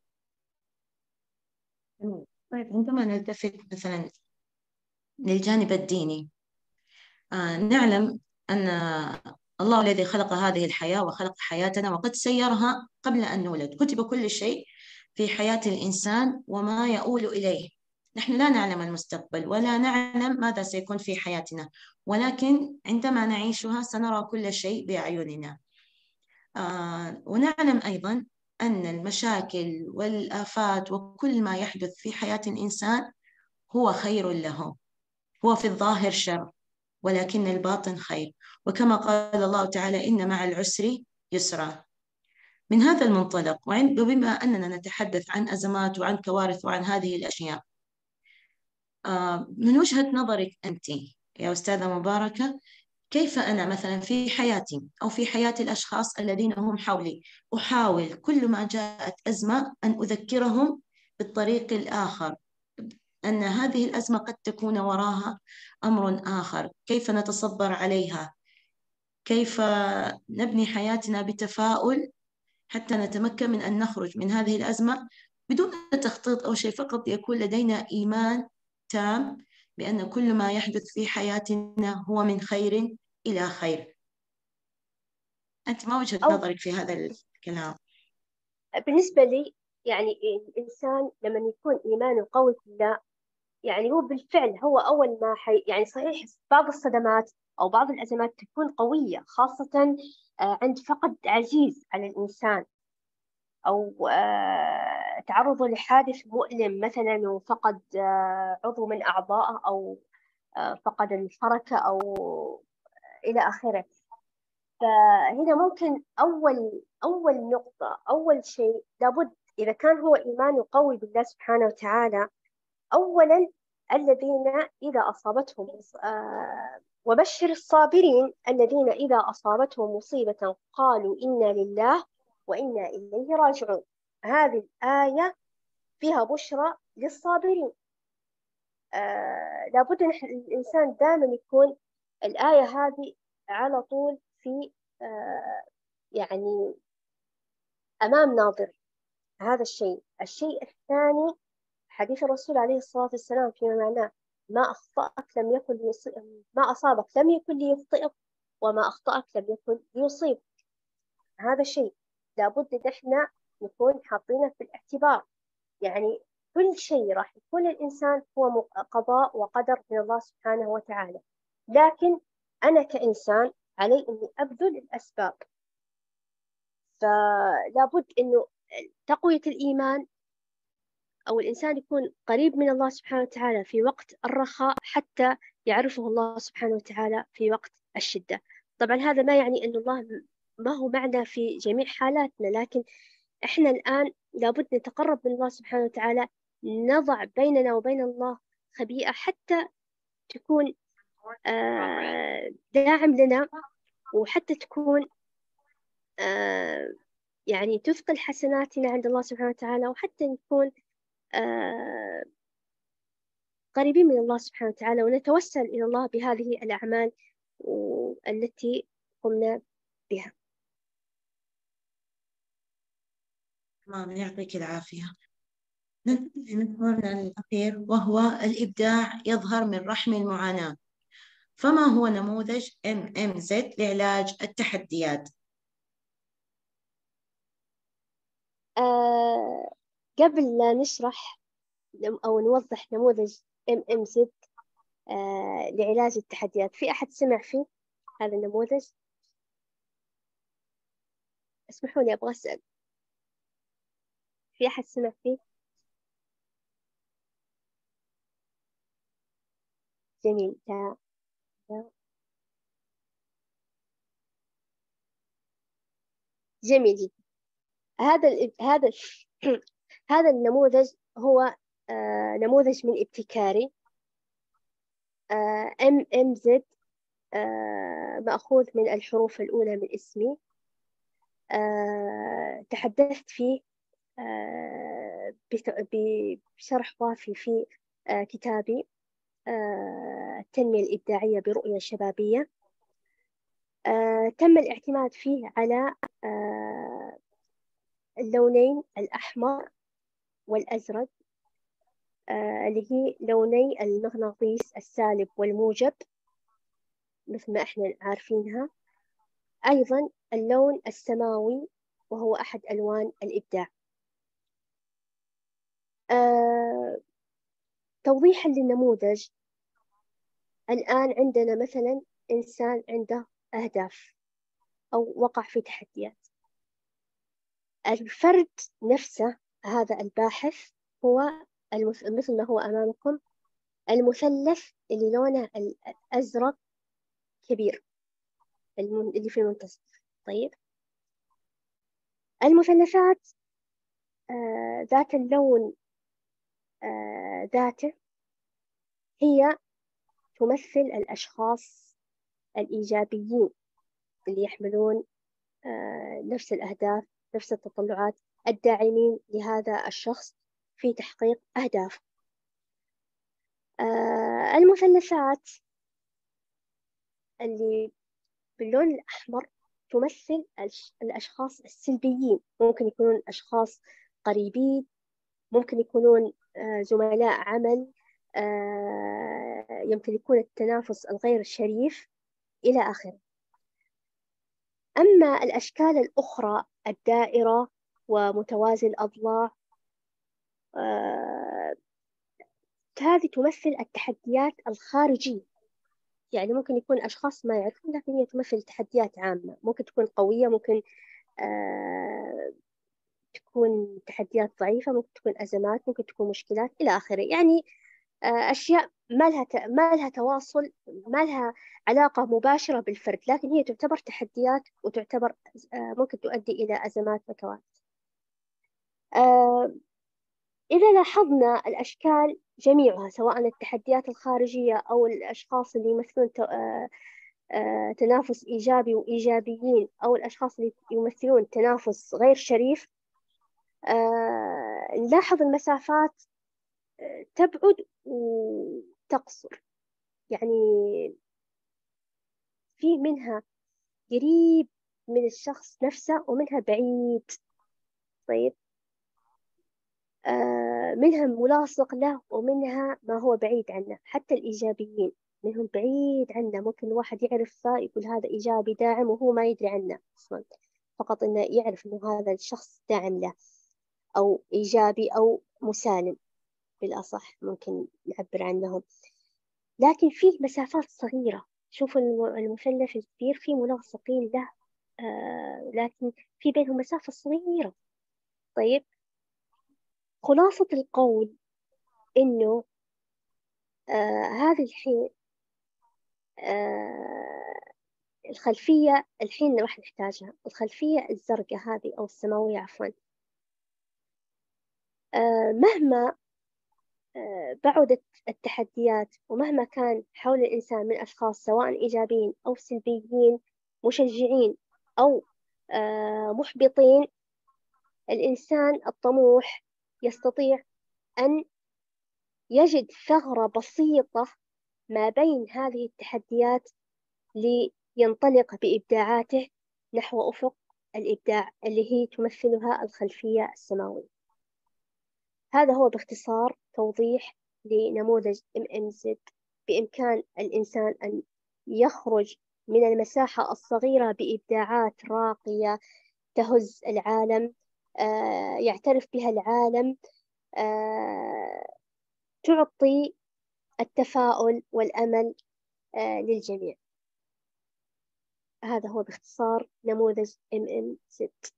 طيب عندما نلتفت مثلا للجانب الديني، نعلم أن الله الذي خلق هذه الحياة وخلق حياتنا وقد سيرها قبل أن نولد، كتب كل شيء في حياة الإنسان وما يؤول إليه. نحن لا نعلم المستقبل ولا نعلم ماذا سيكون في حياتنا، ولكن عندما نعيشها سنرى كل شيء بأعيننا. ونعلم أيضا أن المشاكل والآفات وكل ما يحدث في حياة الإنسان هو خير له، هو في الظاهر شر ولكن الباطن خير، وكما قال الله تعالى إن مع العسر يسرا. من هذا المنطلق وبما أننا نتحدث عن أزمات وعن كوارث وعن هذه الأشياء، من وجهة نظرك أنت يا أستاذة مباركة، كيف أنا مثلا في حياتي أو في حياة الأشخاص الذين هم حولي أحاول كل ما جاءت أزمة أن أذكرهم بالطريق الآخر، أن هذه الأزمة قد تكون وراها أمر آخر، كيف نتصبر عليها، كيف نبني حياتنا بتفاؤل حتى نتمكن من أن نخرج من هذه الأزمة بدون تخطيط أو شيء، فقط يكون لدينا إيمان تام بأن كل ما يحدث في حياتنا هو من خير إلى خير. أنت ما وجهة نظرك في هذا الكلام؟
بالنسبة لي يعني الإنسان لما يكون إيمانه قوي في الله، يعني هو بالفعل هو أول ما يعني صحيح بعض الصدمات أو بعض الأزمات تكون قوية، خاصة عند فقد عزيز على الإنسان أو تعرضه لحادث مؤلم مثلا وفقد عضو من أعضائه أو فقد الحركة أو إلى آخره. فهنا ممكن أول نقطة، أول شيء لابد إذا كان هو إيمانه قوي بالله سبحانه وتعالى، أولا الذين إذا أصابتهم وبشر الصابرين الذين إذا أصابتهم مصيبة قالوا إنا لله وإنا إليه راجعون. هذه الآية فيها بشرى للصابرين. لابد أن الإنسان دائما يكون الآية هذه على طول في يعني أمام ناظر. هذا الشيء الثاني حديث الرسول عليه الصلاة والسلام فيما معناه ما أصابك لم يكن ليخطئك وما أخطأك لم يكن ليصيبك. هذا الشيء لابد نحن نكون حاطينه في الاعتبار. يعني كل شيء راح يكون الإنسان هو قضاء وقدر من الله سبحانه وتعالى، لكن أنا كإنسان علي أني أبذل الأسباب. فلابد أنه تقوية الإيمان أو الإنسان يكون قريب من الله سبحانه وتعالى في وقت الرخاء حتى يعرفه الله سبحانه وتعالى في وقت الشدة. طبعا هذا ما يعني أن الله ما هو معنا في جميع حالاتنا، لكن إحنا الآن لابد نتقرب من الله سبحانه وتعالى، نضع بيننا وبين الله خبيئة حتى تكون داعم لنا، وحتى تكون يعني تثقل حسناتنا عند الله سبحانه وتعالى، وحتى نكون قريبين من الله سبحانه وتعالى ونتوسل إلى الله بهذه الأعمال التي قمنا بها.
تمام، يعطيك العافية. ننتقل لمحورنا الأخير وهو الإبداع يظهر من رحم المعاناة. فما هو نموذج MMZ لعلاج التحديات؟
قبل لا نشرح أو نوضح نموذج MMZ لعلاج التحديات. في أحد سمع فيه هذا النموذج؟ اسمحوا لي أبغى أسأل، في أحد سمع فيه؟ جميل. جميل جدا. هذا هذا النموذج هو نموذج من ابتكاري. MMZ مأخوذ من الحروف الأولى من اسمي. تحدثت فيه بشرح وافي في كتابي التنمية الإبداعية برؤية شبابية. تم الاعتماد فيه على اللونين الأحمر والأزرق، اللي هي لوني المغناطيس السالب والموجب مثل ما احنا عارفينها. أيضا اللون السماوي وهو أحد ألوان الإبداع. توضيحا للنموذج، الآن عندنا مثلا إنسان عنده أهداف أو وقع في تحديات. الفرد نفسه هذا الباحث هو مثل ما هو أمامكم المثلث اللي لونه الأزرق كبير اللي في المنتصف. طيب، المثلثات ذات اللون ذاته هي تمثل الأشخاص الإيجابيين اللي يحملون نفس الأهداف، نفس التطلعات، الداعمين لهذا الشخص في تحقيق أهدافه. المثلثات اللي باللون الأحمر تمثل الأشخاص السلبيين، ممكن يكونون أشخاص قريبين، ممكن يكونون زملاء عمل، يمتلكون التنافس الغير شريف إلى آخره. أما الأشكال الأخرى الدائرة ومتوازي الأضلاع، هذه تمثل التحديات الخارجية. يعني ممكن يكون أشخاص ما يعرفون، لكن هي تمثل تحديات عامة، ممكن تكون قوية، ممكن تكون تحديات ضعيفة، ممكن تكون أزمات، ممكن تكون مشكلات إلى آخره. يعني أشياء ما لها تواصل، ما لها علاقة مباشرة بالفرد، لكن هي تعتبر تحديات وتعتبر ممكن تؤدي إلى أزمات وكوارث. إذا لاحظنا الأشكال جميعها، سواء التحديات الخارجية أو الأشخاص اللي يمثلون تنافس إيجابي وإيجابيين، أو الأشخاص اللي يمثلون تنافس غير شريف، نلاحظ المسافات تبعد وتقصر. يعني في منها قريب من الشخص نفسه ومنها بعيد. طيب، منها ملاصق له ومنها ما هو بعيد عنه. حتى الإيجابيين منهم بعيد عنه، ممكن الواحد يعرف يقول هذا إيجابي داعم وهو ما يدري عنه أصلا، فقط إنه يعرف إنه هذا الشخص داعم له أو إيجابي أو مسالم بالأصح ممكن نعبر عنهم. لكن فيه مسافات صغيرة. شوفوا المثلث الكبير فيه ملاصقين له، لكن في بينهم مسافة صغيرة. طيب، خلاصة القول إنه هذه الحين الخلفية الحين راح نحتاجها، الخلفية الزرقاء هذه أو السماوية عفوا. مهما بعدت التحديات ومهما كان حول الإنسان من أشخاص سواء إيجابيين أو سلبيين، مشجعين أو محبطين، الإنسان الطموح يستطيع أن يجد ثغرة بسيطة ما بين هذه التحديات لينطلق بإبداعاته نحو أفق الإبداع اللي هي تمثلها الخلفية السماوية. هذا هو باختصار توضيح لنموذج MMZ. بإمكان الإنسان أن يخرج من المساحة الصغيرة بإبداعات راقية تهز العالم، يعترف بها العالم، تعطي التفاؤل والأمل للجميع. هذا هو باختصار نموذج MM6.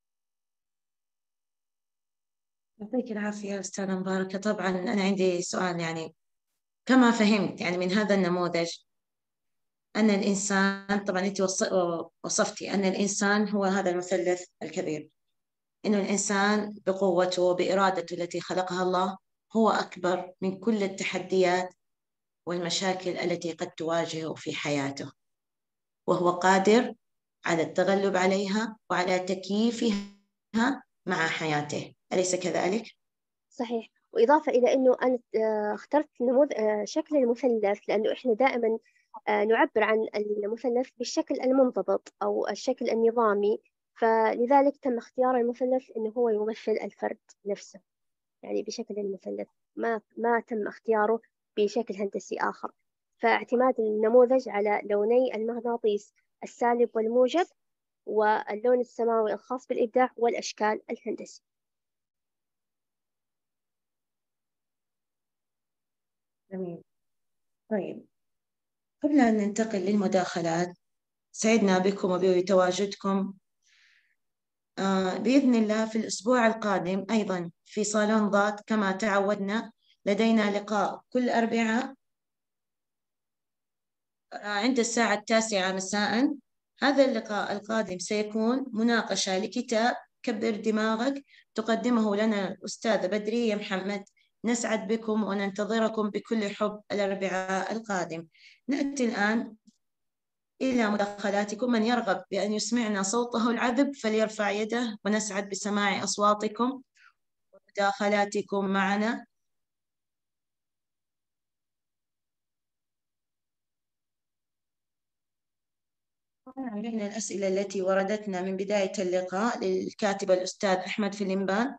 يعطيك العافية أستاذة مباركة. طبعا أنا عندي سؤال، يعني كما فهمت يعني من هذا النموذج أن الإنسان، طبعا أنت وصفتي أن الإنسان هو هذا المثلث الكبير، إنه الإنسان بقوته بإرادته التي خلقها الله هو أكبر من كل التحديات والمشاكل التي قد تواجهه في حياته، وهو قادر على التغلب عليها وعلى تكييفها مع حياته، أليس كذلك؟
صحيح. وإضافة إلى أنه أنا اخترت شكل المثلث لأنه إحنا دائما نعبر عن المثلث بالشكل المنضبط أو الشكل النظامي، فلذلك تم اختيار المثلث أنه هو يمثل الفرد نفسه، يعني بشكل المثلث، ما تم اختياره بشكل هندسي آخر. فاعتماد النموذج على لوني المغناطيس السالب والموجب واللون السماوي الخاص بالإبداع والأشكال الهندسية.
جميل. طيب، قبل أن ننتقل للمداخلات، سعدنا بكم وبتواجدكم بإذن الله في الأسبوع القادم أيضا في صالون ضاد كما تعودنا. لدينا لقاء كل أربعاء عند الساعة 9 مساء. هذا اللقاء القادم سيكون مناقشة لكتاب كبر دماغك تقدمه لنا الأستاذة بدرية محمد. نسعد بكم وننتظركم بكل حب الأربعاء القادم. نأتي الآن إلى مداخلاتكم. من يرغب بأن يسمعنا صوته العذب فليرفع يده، ونسعد بسماع أصواتكم ومداخلاتكم معنا. من الأسئلة التي وردتنا من بداية اللقاء للكاتب الأستاذ أحمد فليمبان،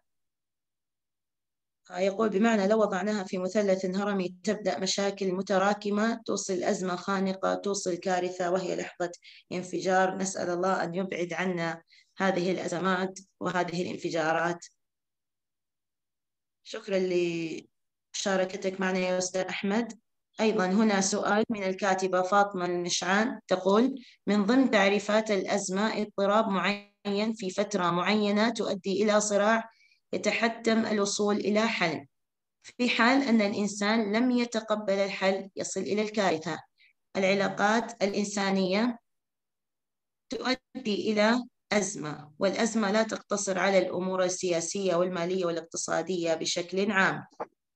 يقول: بمعنى لو وضعناها في مثلث هرمي تبدأ مشاكل متراكمة توصل أزمة خانقة، توصل كارثة وهي لحظة انفجار. نسأل الله أن يبعد عنا هذه الأزمات وهذه الانفجارات. شكرا لمشاركتك معنا يا أستاذ أحمد. أيضا هنا سؤال من الكاتبة فاطمة المشعان، تقول: من ضمن تعريفات الأزمة اضطراب معين في فترة معينة تؤدي إلى صراع يتحتم الوصول إلى حل. في حال أن الإنسان لم يتقبل الحل يصل إلى الكارثة. العلاقات الإنسانية تؤدي إلى أزمة، والأزمة لا تقتصر على الأمور السياسية والمالية والاقتصادية بشكل عام.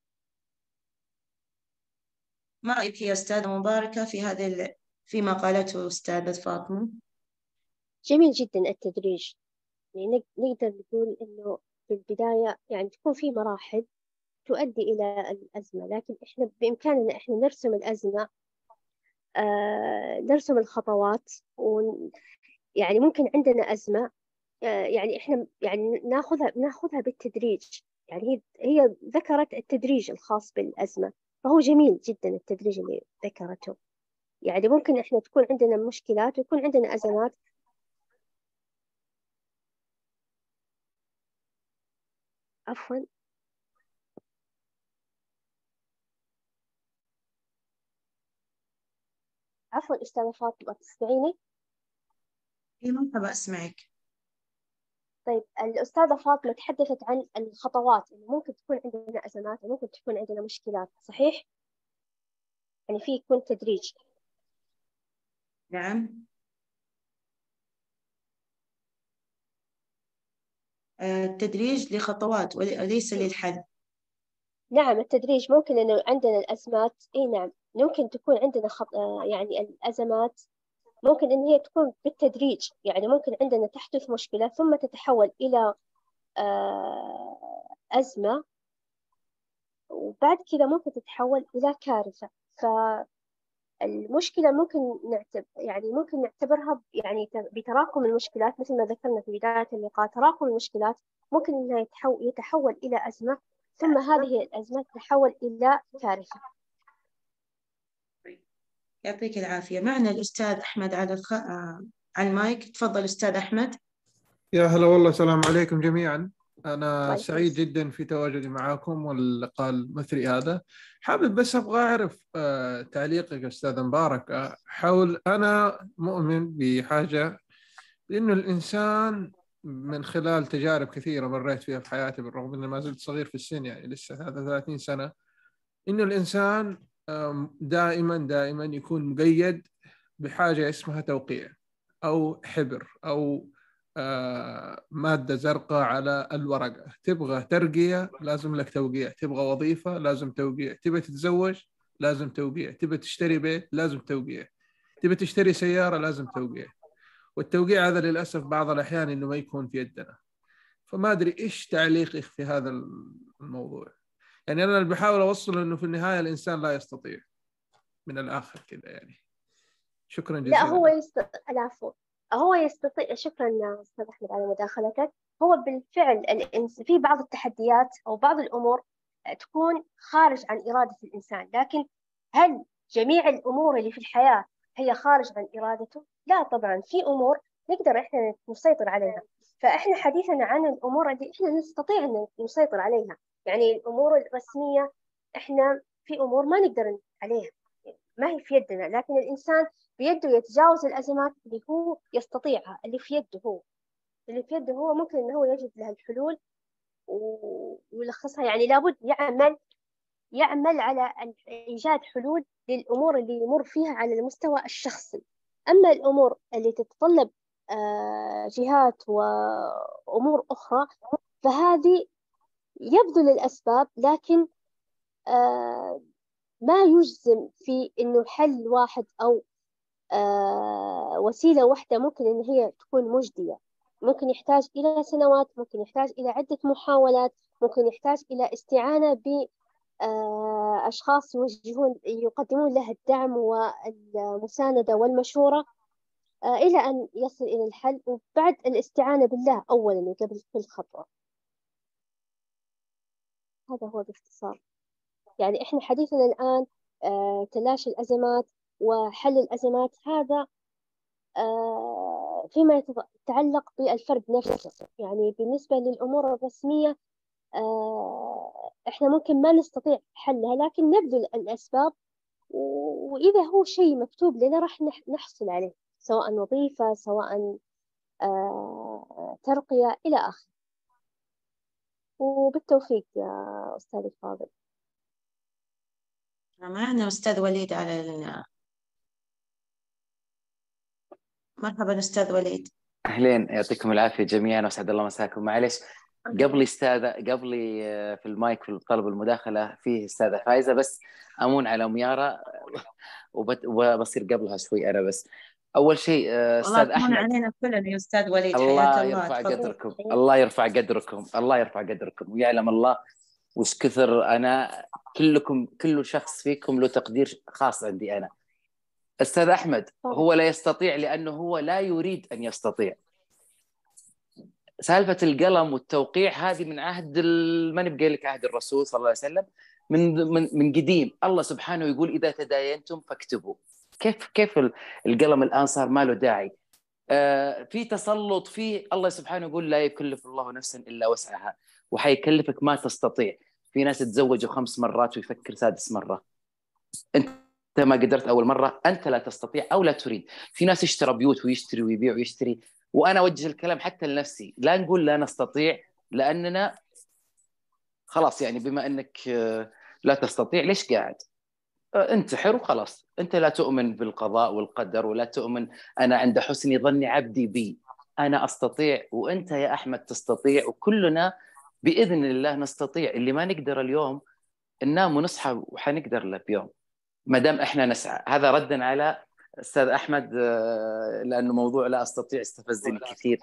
ما رأيك يا أستاذة مباركة فيما قالته أستاذة فاطمة؟
جميل جدا التدريج. يعني نقدر نقول إنه في البداية يعني تكون في مراحل تؤدي إلى الأزمة، لكن إحنا بإمكاننا إحنا نرسم الأزمة، نرسم الخطوات، يعني ممكن عندنا أزمة، يعني إحنا يعني ناخذها بالتدريج. يعني هي ذكرت التدريج الخاص بالأزمة، فهو جميل جدا التدريج اللي ذكرته. يعني ممكن إحنا تكون عندنا مشكلات ويكون عندنا أزمات. عفوا عفوا أستاذة فاطمة، تسمعيني؟
إيه، مرحبا، أسمعك.
طيب، الأستاذة فاطمة تحدثت عن الخطوات اللي ممكن تكون عندنا أزمات وممكن تكون عندنا مشكلات، صحيح؟ يعني في يكون تدريج.
نعم. التدريج لخطوات وليس للحل.
نعم، التدريج ممكن إنه عندنا الأزمات، إي نعم ممكن تكون عندنا يعني الأزمات ممكن إن هي تكون بالتدريج. يعني ممكن عندنا تحدث مشكلة ثم تتحول إلى أزمة، وبعد كذا ممكن تتحول إلى كارثة. فالمشكلة ممكن ممكن نعتبرها يعني بتراكم المشكلات، مثل ما ذكرنا في بداية اللقاء، تراكم المشكلات ممكن إنها يتحول إلى أزمة، ثم هذه الأزمة تتحول إلى كارثة.
يعطيك العافية. معنا الأستاذ أحمد على المايك. تفضل أستاذ أحمد.
يا هلا والله، السلام عليكم جميعا. أنا سعيد جدا في تواجدي معكم واللقاء المثري هذا. حابب بس أبغى أعرف تعليقك أستاذ مبارك حول، أنا مؤمن بحاجة، لأنه الإنسان من خلال تجارب كثيرة مريت فيها في حياتي، بالرغم أني ما زلت صغير في السن، يعني لسه 33 سنة، إنه الإنسان دائما يكون مقيد بحاجة اسمها توقيع أو حبر أو مادة زرقاء على الورقة. تبغى ترقية لازم لك توقيع، تبغى وظيفة لازم توقيع، تبغى تتزوج لازم توقيع، تبغى تشتري بيت لازم توقيع، تبغى تشتري سيارة لازم توقيع. والتوقيع هذا للأسف بعض الأحيان إنه ما يكون في يدنا. فما أدري إيش تعليقك في هذا الموضوع. يعني أنا اللي بحاول أوصل إنه في النهاية الإنسان لا يستطيع، من الآخر كذا يعني. شكرا
لا،
جزيلا.
العفو. هو يستطيع. شكرا أستاذ أحمد على مداخلتك. هو بالفعل في بعض التحديات أو بعض الأمور تكون خارج عن إرادة الإنسان، لكن هل جميع الأمور اللي في الحياة هي خارج عن إرادته؟ لا طبعا، في أمور نقدر إحنا نسيطر عليها. فإحنا حديثنا عن الأمور اللي إحنا نستطيع أن نسيطر عليها، يعني الأمور الرسمية إحنا في أمور ما نقدر عليها، ما هي في يدنا، لكن الإنسان بيده يتجاوز الأزمات اللي هو يستطيعها، اللي في يده هو ممكن إنه هو يجد لها الحلول ويلخصها. يعني لابد يعمل على إيجاد حلول للأمور اللي يمر فيها على المستوى الشخصي. أما الأمور اللي تتطلب جهات وأمور أخرى فهذه يبذل الأسباب، لكن ما يجزم في إنه حل واحد أو وسيلة واحدة ممكن إن هي تكون مجدية. ممكن يحتاج إلى سنوات، ممكن يحتاج إلى عدة محاولات، ممكن يحتاج إلى استعانة بأشخاص يقدمون له الدعم والمساندة والمشورة إلى أن يصل إلى الحل، وبعد الاستعانة بالله أولا وقبل كل خطوة. هذا هو باختصار. يعني إحنا حديثنا الآن تلاشي الأزمات وحل الأزمات، هذا فيما يتعلق بالفرد نفسه. يعني بالنسبة للأمور الرسمية إحنا ممكن ما نستطيع حلها، لكن نبذل الأسباب، وإذا هو شيء مكتوب لنا راح نحصل عليه، سواء وظيفة، سواء ترقية إلى آخره. وبالتوفيق يا أستاذ الفاضل.
معنا أستاذ وليد مرحبا أستاذ وليد.
أهلين، يعطيكم العافية جميعا وأسعد الله مساكم. معلش قبلي في المايك في طلب المداخلة فيه أستاذة فايزة، بس أمون على ميارة وبصير قبلها شوي أنا. بس أول شيء أستاذ أحمد،
علينا كلنا يا أستاذ وليد.
الله يرفع قدركم، الله يرفع قدركم، الله يرفع قدركم، ويعلم الله وش كثر أنا كل شخص فيكم له تقدير خاص عندي أنا. أستاذ أحمد هو لا يستطيع لأنه هو لا يريد أن يستطيع. سالفة القلم والتوقيع هذه من عهد ما نبقى لك عهد الرسول صلى الله عليه وسلم، من قديم. الله سبحانه يقول إذا تداينتم فاكتبوا. كيف القلم الآن صار ما له داعي؟ في تسلط، في الله سبحانه يقول لا يكلف الله نفسا إلا وسعها، وحيكلفك ما تستطيع. في ناس تزوجوا 5 مرات ويفكر سادس مرة. أنت ما قدرت أول مرة، أنت لا تستطيع أو لا تريد. في ناس يشتري بيوت ويشتري ويبيع ويشتري. وأنا أوجه الكلام حتى لنفسي، لا نقول لا نستطيع، لأننا خلاص يعني بما أنك لا تستطيع ليش قاعد؟ انتحر وخلاص. أنت لا تؤمن بالقضاء والقدر، ولا تؤمن أنا عند حسن ظن عبدي بي. أنا أستطيع وأنت يا أحمد تستطيع، وكلنا بإذن الله نستطيع. اللي ما نقدر اليوم ننام ونصحى وحنقدر له بيوم ما دام إحنا نسعى. هذا ردا على أستاذ أحمد، لأنه موضوع لا أستطيع استفزني كثير.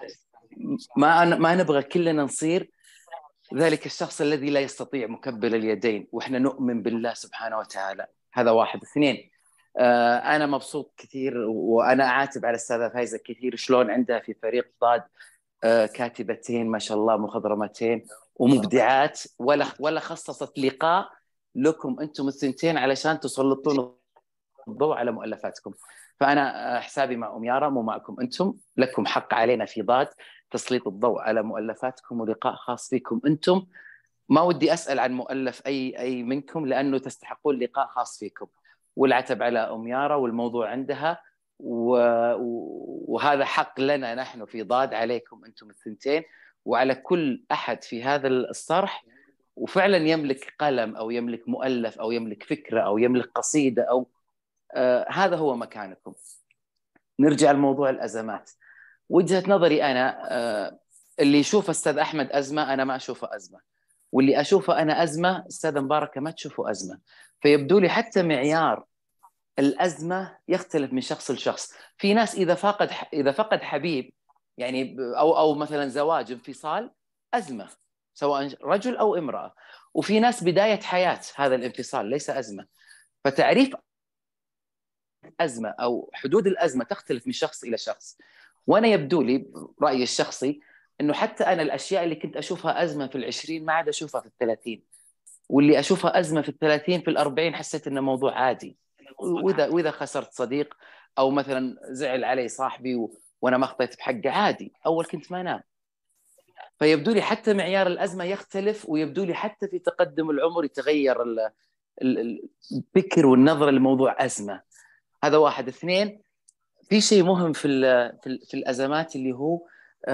ما نبغى كلنا نصير ذلك الشخص الذي لا يستطيع مكبل اليدين، وإحنا نؤمن بالله سبحانه وتعالى. هذا واحد. 2، أنا مبسوط كثير، وأنا أعاتب على الأستاذة فايزة كثير شلون عندها في فريق ضاد كاتبتين ما شاء الله مخضرمتين ومبدعات، ولا خصصت لقاء لكم أنتم الثنتين علشان تسلطون الضوء على مؤلفاتكم. فأنا حسابي مع أم يارا مو معكم أنتم، لكم حق علينا في ضاد تسليط الضوء على مؤلفاتكم ولقاء خاص فيكم أنتم. ما ودي أسأل عن مؤلف أي منكم لأنه تستحقون لقاء خاص فيكم، والعتب على أم يارا والموضوع عندها، وهذا حق لنا نحن في ضاد عليكم أنتم الثنتين وعلى كل أحد في هذا الصرح وفعلا يملك قلم أو يملك مؤلف أو يملك فكرة أو يملك قصيدة أو هذا هو مكانكم. نرجع لموضوع الأزمات. وجهة نظري أنا اللي يشوف أستاذ أحمد أزمة أنا ما أشوفه أزمة، واللي أشوفه أنا أزمة أستاذ مبارك ما تشوفه أزمة. فيبدو لي حتى معيار الأزمة يختلف من شخص لشخص. في ناس إذا فقد حبيب يعني أو مثلا زواج انفصال أزمة سواء رجل أو امرأة، وفي ناس بداية حياة هذا الانفصال ليس أزمة. فتعريف أزمة أو حدود الأزمة تختلف من شخص إلى شخص. وأنا يبدو لي رأيي الشخصي أنه حتى أنا الأشياء اللي كنت أشوفها أزمة في 20 ما عاد أشوفها في 30، واللي أشوفها أزمة في 30 في 40 حسيت أنه موضوع عادي. وإذا خسرت صديق أو مثلا زعل علي صاحبي وأنا ما أخطيت بحقه عادي، أول كنت ما أنام. فيبدو لي حتى معيار الأزمة يختلف، ويبدو لي حتى في تقدم العمر يتغير الفكر والنظرة لموضوع أزمة. هذا واحد. اثنين، في شيء مهم في الأزمات اللي هو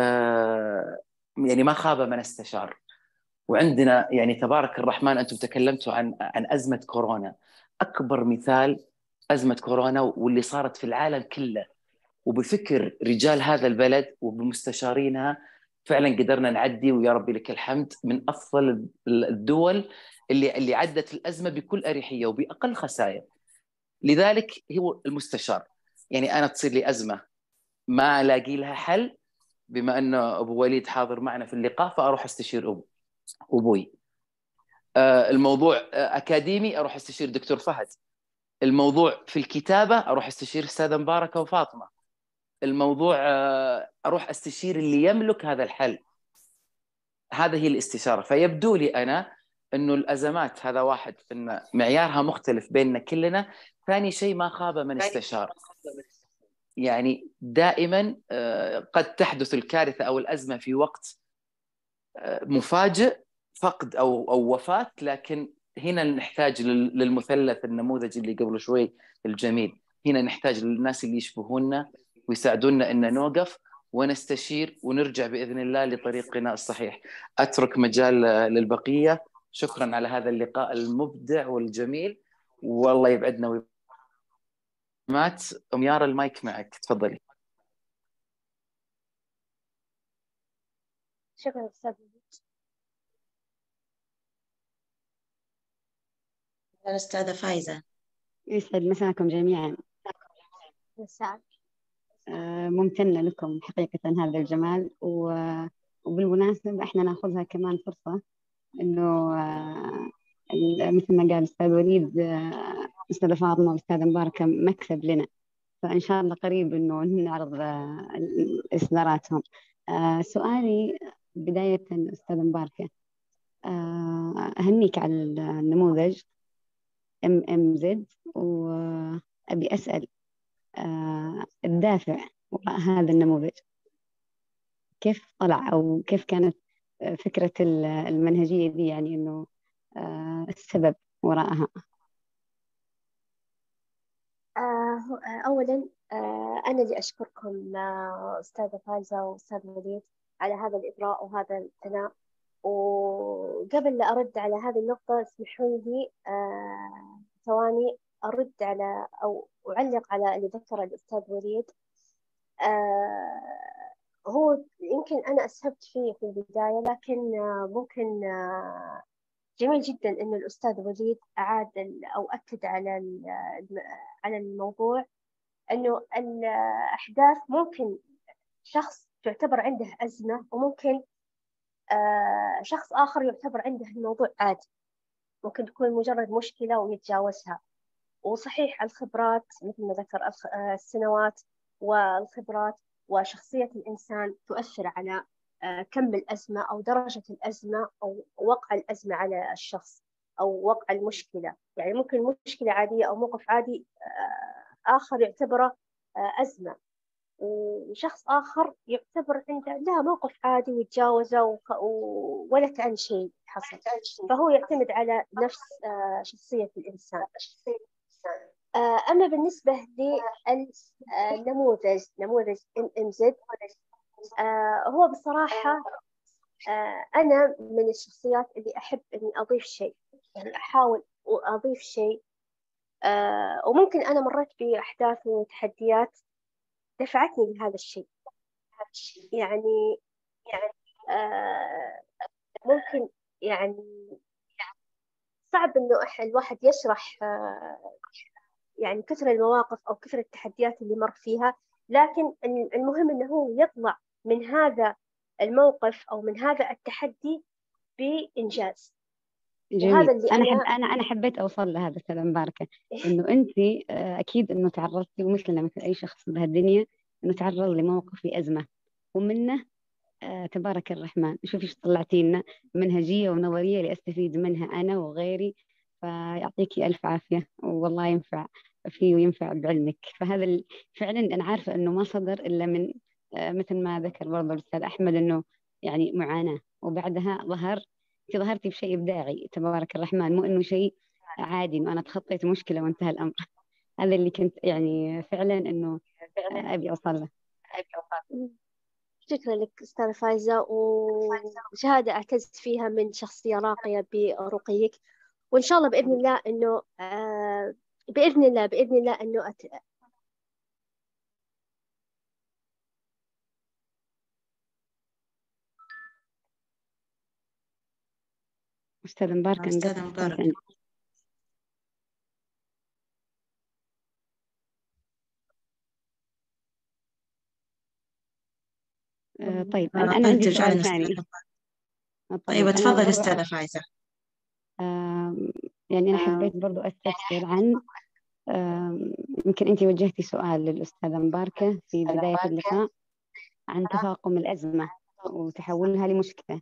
يعني ما خاب من استشار. وعندنا يعني تبارك الرحمن أنتم تكلمتوا عن أزمة كورونا، أكبر مثال أزمة كورونا واللي صارت في العالم كله، وبفكر رجال هذا البلد وبمستشارينها فعلا قدرنا نعدي، ويا ربي لك الحمد، من أفضل الدول اللي عدت الأزمة بكل أريحية وبأقل خسائر. لذلك هو المستشار. يعني أنا تصير لي أزمة ما ألاقي لها حل، بما أن أبو وليد حاضر معنا في اللقاء فأروح أستشير أبوي. الموضوع أكاديمي أروح أستشير دكتور فهد. الموضوع في الكتابة أروح أستشير أستاذة مباركة وفاطمة. الموضوع أروح أستشير اللي يملك هذا الحل. هذا هي الاستشارة. فيبدو لي أنا أنه الأزمات هذا واحد، أن معيارها مختلف بيننا كلنا. ثاني شيء ما خاب من استشار. يعني دائما قد تحدث الكارثة أو الأزمة في وقت مفاجئ، فقد أو وفاة، لكن هنا نحتاج للمثلث النموذجي اللي قبل شوي الجميل. هنا نحتاج للناس اللي يشبهونا ويساعدونا أن نوقف ونستشير ونرجع بإذن الله لطريقنا الصحيح. أترك مجال للبقية. شكرا على هذا اللقاء المبدع والجميل، والله يبعدنا ومات. أم يارا المايك معك، تفضلي.
شكرا أستاذ.
الأستاذة فايزة.
يسعد مساكم جميعا. ممتنة لكم حقيقة هذا الجمال، وبالمناسبة احنا ناخذها كمان فرصة انه مثل ما قال أستاذ وليد، أستاذة فاطمة وأستاذة مباركة مكسب لنا، فإن شاء الله قريب انه نعرض إصداراتهم. سؤالي بداية أستاذة مباركة، أهنيك على النموذج MMZ، وأبي أسأل الدافع وراء هذا النموذج، كيف طلع أو كيف كانت فكرة المنهجية دي، يعني إنه السبب وراءها؟
أولا أنا اللي أشكركم أستاذة فايزة وأستاذ وليد على هذا الإبراء وهذا الثناء. وقبل لا أرد على هذه النقطة اسمحوا لي ثواني أرد على أو أعلق على اللي ذكر الأستاذ وليد. هو يمكن أنا أسهبت فيه في البداية، لكن ممكن جميل جدا أن الأستاذ وليد أعاد أو أكد على الموضوع، أنه الأحداث ممكن شخص تعتبر عنده أزمة، وممكن شخص آخر يعتبر عنده الموضوع عادي، ممكن تكون مجرد مشكلة ويتجاوزها. وصحيح الخبرات مثل ما ذكر السنوات والخبرات وشخصية الإنسان تؤثر على كم الأزمة أو درجة الأزمة أو وقع الأزمة على الشخص أو وقع المشكلة. يعني ممكن مشكلة عادية أو موقف عادي آخر يعتبره أزمة، وشخص آخر يعتبر عنده لها موقف عادي ويتجاوزه ولا كأن شيء حصل. فهو يعتمد على نفس شخصية الإنسان. أما بالنسبة للنموذج، نموذج MMZ، هو بصراحة أنا من الشخصيات اللي أحب إني أضيف شيء، يعني أحاول وأضيف شيء. وممكن أنا مريت بأحداث وتحديات دفعتني لهذا الشيء. يعني ممكن يعني صعب إنه الواحد يشرح يعني كثر المواقف أو كثر التحديات اللي مر فيها، لكن المهم إنه هو يطلع من هذا الموقف أو من هذا التحدي بإنجاز.
جميل.
وهذا اللي
أنا حبيت أوصل لهذا أستاذة مباركة، إنه أنت أكيد إنه تعرضتي ومثلنا مثل أي شخص بهالدنيا إنه تعرض لموقف لأزمة، ومنه تبارك الرحمن شوفي ايش طلعتي لنا، منهجية ونظرية لأستفيد منها أنا وغيري. فيعطيكي ألف عافية، والله ينفع فيه وينفع بعلمك. فهذا فعلا أنا عارفة إنه ما صدر إلا من مثل ما ذكر برضه الأستاذ أحمد، إنه يعني معاناة، وبعدها ظهرتي بشيء إبداعي تبارك الرحمن، مو إنه شيء عادي إنه أنا تخطيت مشكلة وانتهى الأمر. هذا اللي كنت يعني فعلا إنه أبي أوصل له.
شكرا لك أستاذة فايزة، وشهادة أعتز فيها من شخصية راقية برقيك. وإن شاء الله بإذن الله إنه بإذن الله إنه
أستاذ مباركة
أستاذة مباركة.
طيب أنا عندي سؤال ثاني.
طيب تفضل أستاذة فايزة.
يعني أنا حبيت برضو أستفسر عن يمكن أنت وجهتي سؤال للأستاذة مباركة في بداية اللقاء عن تفاقم الأزمة وتحولها لمشكلة.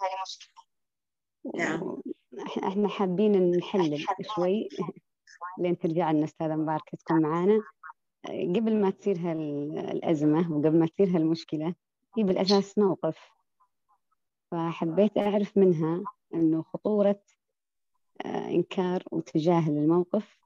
نعم.
احنا حابين نحلل شوي لين ترجع لنا أستاذة مباركة تكون معانا. قبل ما تصير الأزمة وقبل ما تصير المشكلة، هي بالأساس موقف. فحبيت أعرف منها إنه خطورة إنكار وتجاهل الموقف،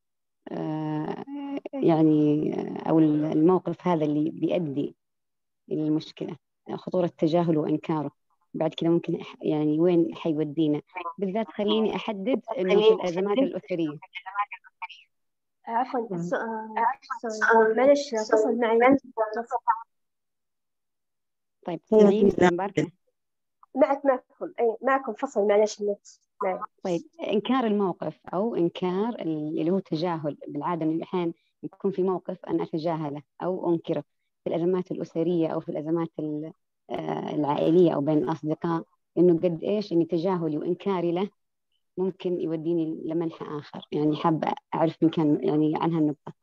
يعني أو الموقف هذا اللي بيؤدي إلى المشكلة، خطورة تجاهله وإنكاره. بعد كده ممكن يعني وين حيودينا، بالذات خليني أحدد إنه في الأزمات الأسرية.
عفوا معلش اتصل معي.
طيب تسمعيني مباركة؟
معكم فصل، معلش النت.
طيب إنكار الموقف أو إنكار اللي هو تجاهل، بالعادة من الأحيان يكون في موقف أنا أتجاهله أو أنكره في الأزمات الأسرية أو في الأزمات العائلية أو بين الأصدقاء، إنه قد إيش إني تجاهلي وإنكاري له ممكن يوديني لمنحى آخر. يعني حابة أعرف إن كان يعني عن هالنقطة.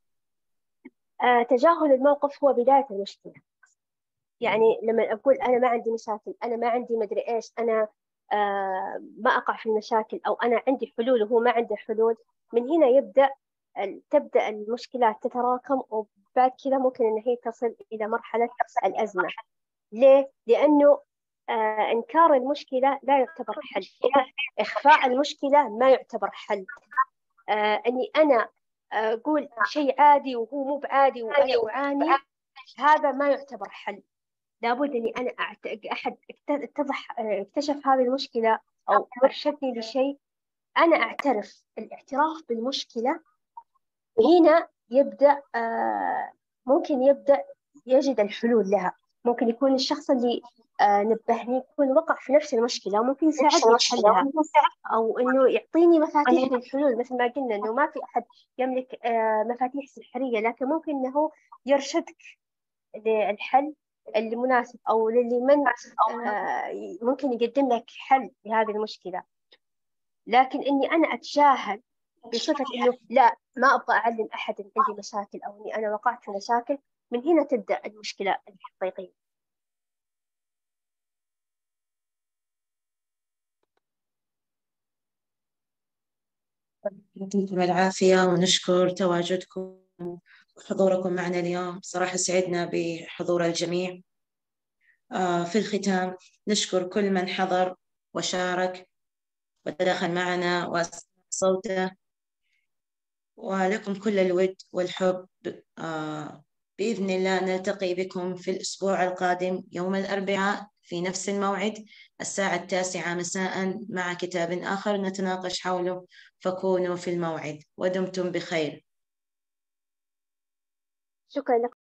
تجاهل الموقف هو بداية المشكلة. يعني لما أقول أنا ما عندي مشاكل، أنا ما عندي مدري إيش، أنا ما أقع في المشاكل، أو أنا عندي حلول وهو ما عنده حلول، من هنا تبدأ المشكلات تتراكم، وبعد كذا ممكن أن هي تصل إلى مرحلة الأزمة. ليه؟ لأنه إنكار المشكلة لا يعتبر حل، إخفاء المشكلة ما يعتبر حل. أني أنا أقول شيء عادي وهو مو بعادي وأنا أعاني، هذا ما يعتبر حل. لابد أني أنا أحد اكتشف هذه المشكلة أو أرشدني لشيء، أنا أعترف. الاعتراف بالمشكلة هنا يبدأ ممكن يبدأ يجد الحلول لها. ممكن يكون الشخص اللي نبهني يكون وقع في نفس المشكلة وممكن يساعدني بحلها، أو إنه يعطيني مفاتيح للحلول. مثل ما قلنا إنه ما في أحد يملك مفاتيح سحرية، لكن ممكن إنه يرشدك للحل المناسب أو من ممكن يقدم لك حل لهذه المشكلة. لكن إني أنا أتجاهل بصفة إنه لا ما أبغى أعلم أحد إن عندي مشاكل أو إني أنا وقعت في مشاكل، من هنا تبدأ المشكلة الحقيقية.
يعطيكم العافية ونشكر تواجدكم حضوركم معنا اليوم. صراحة سعدنا بحضور الجميع. في الختام نشكر كل من حضر وشارك وتداخل معنا وأسمع صوته، ولكم كل الود والحب. بإذن الله نلتقي بكم في الأسبوع القادم يوم الأربعاء في نفس الموعد الساعة 9 مساء مع كتاب آخر نتناقش حوله، فكونوا في الموعد ودمتم بخير.
شكرا لكم.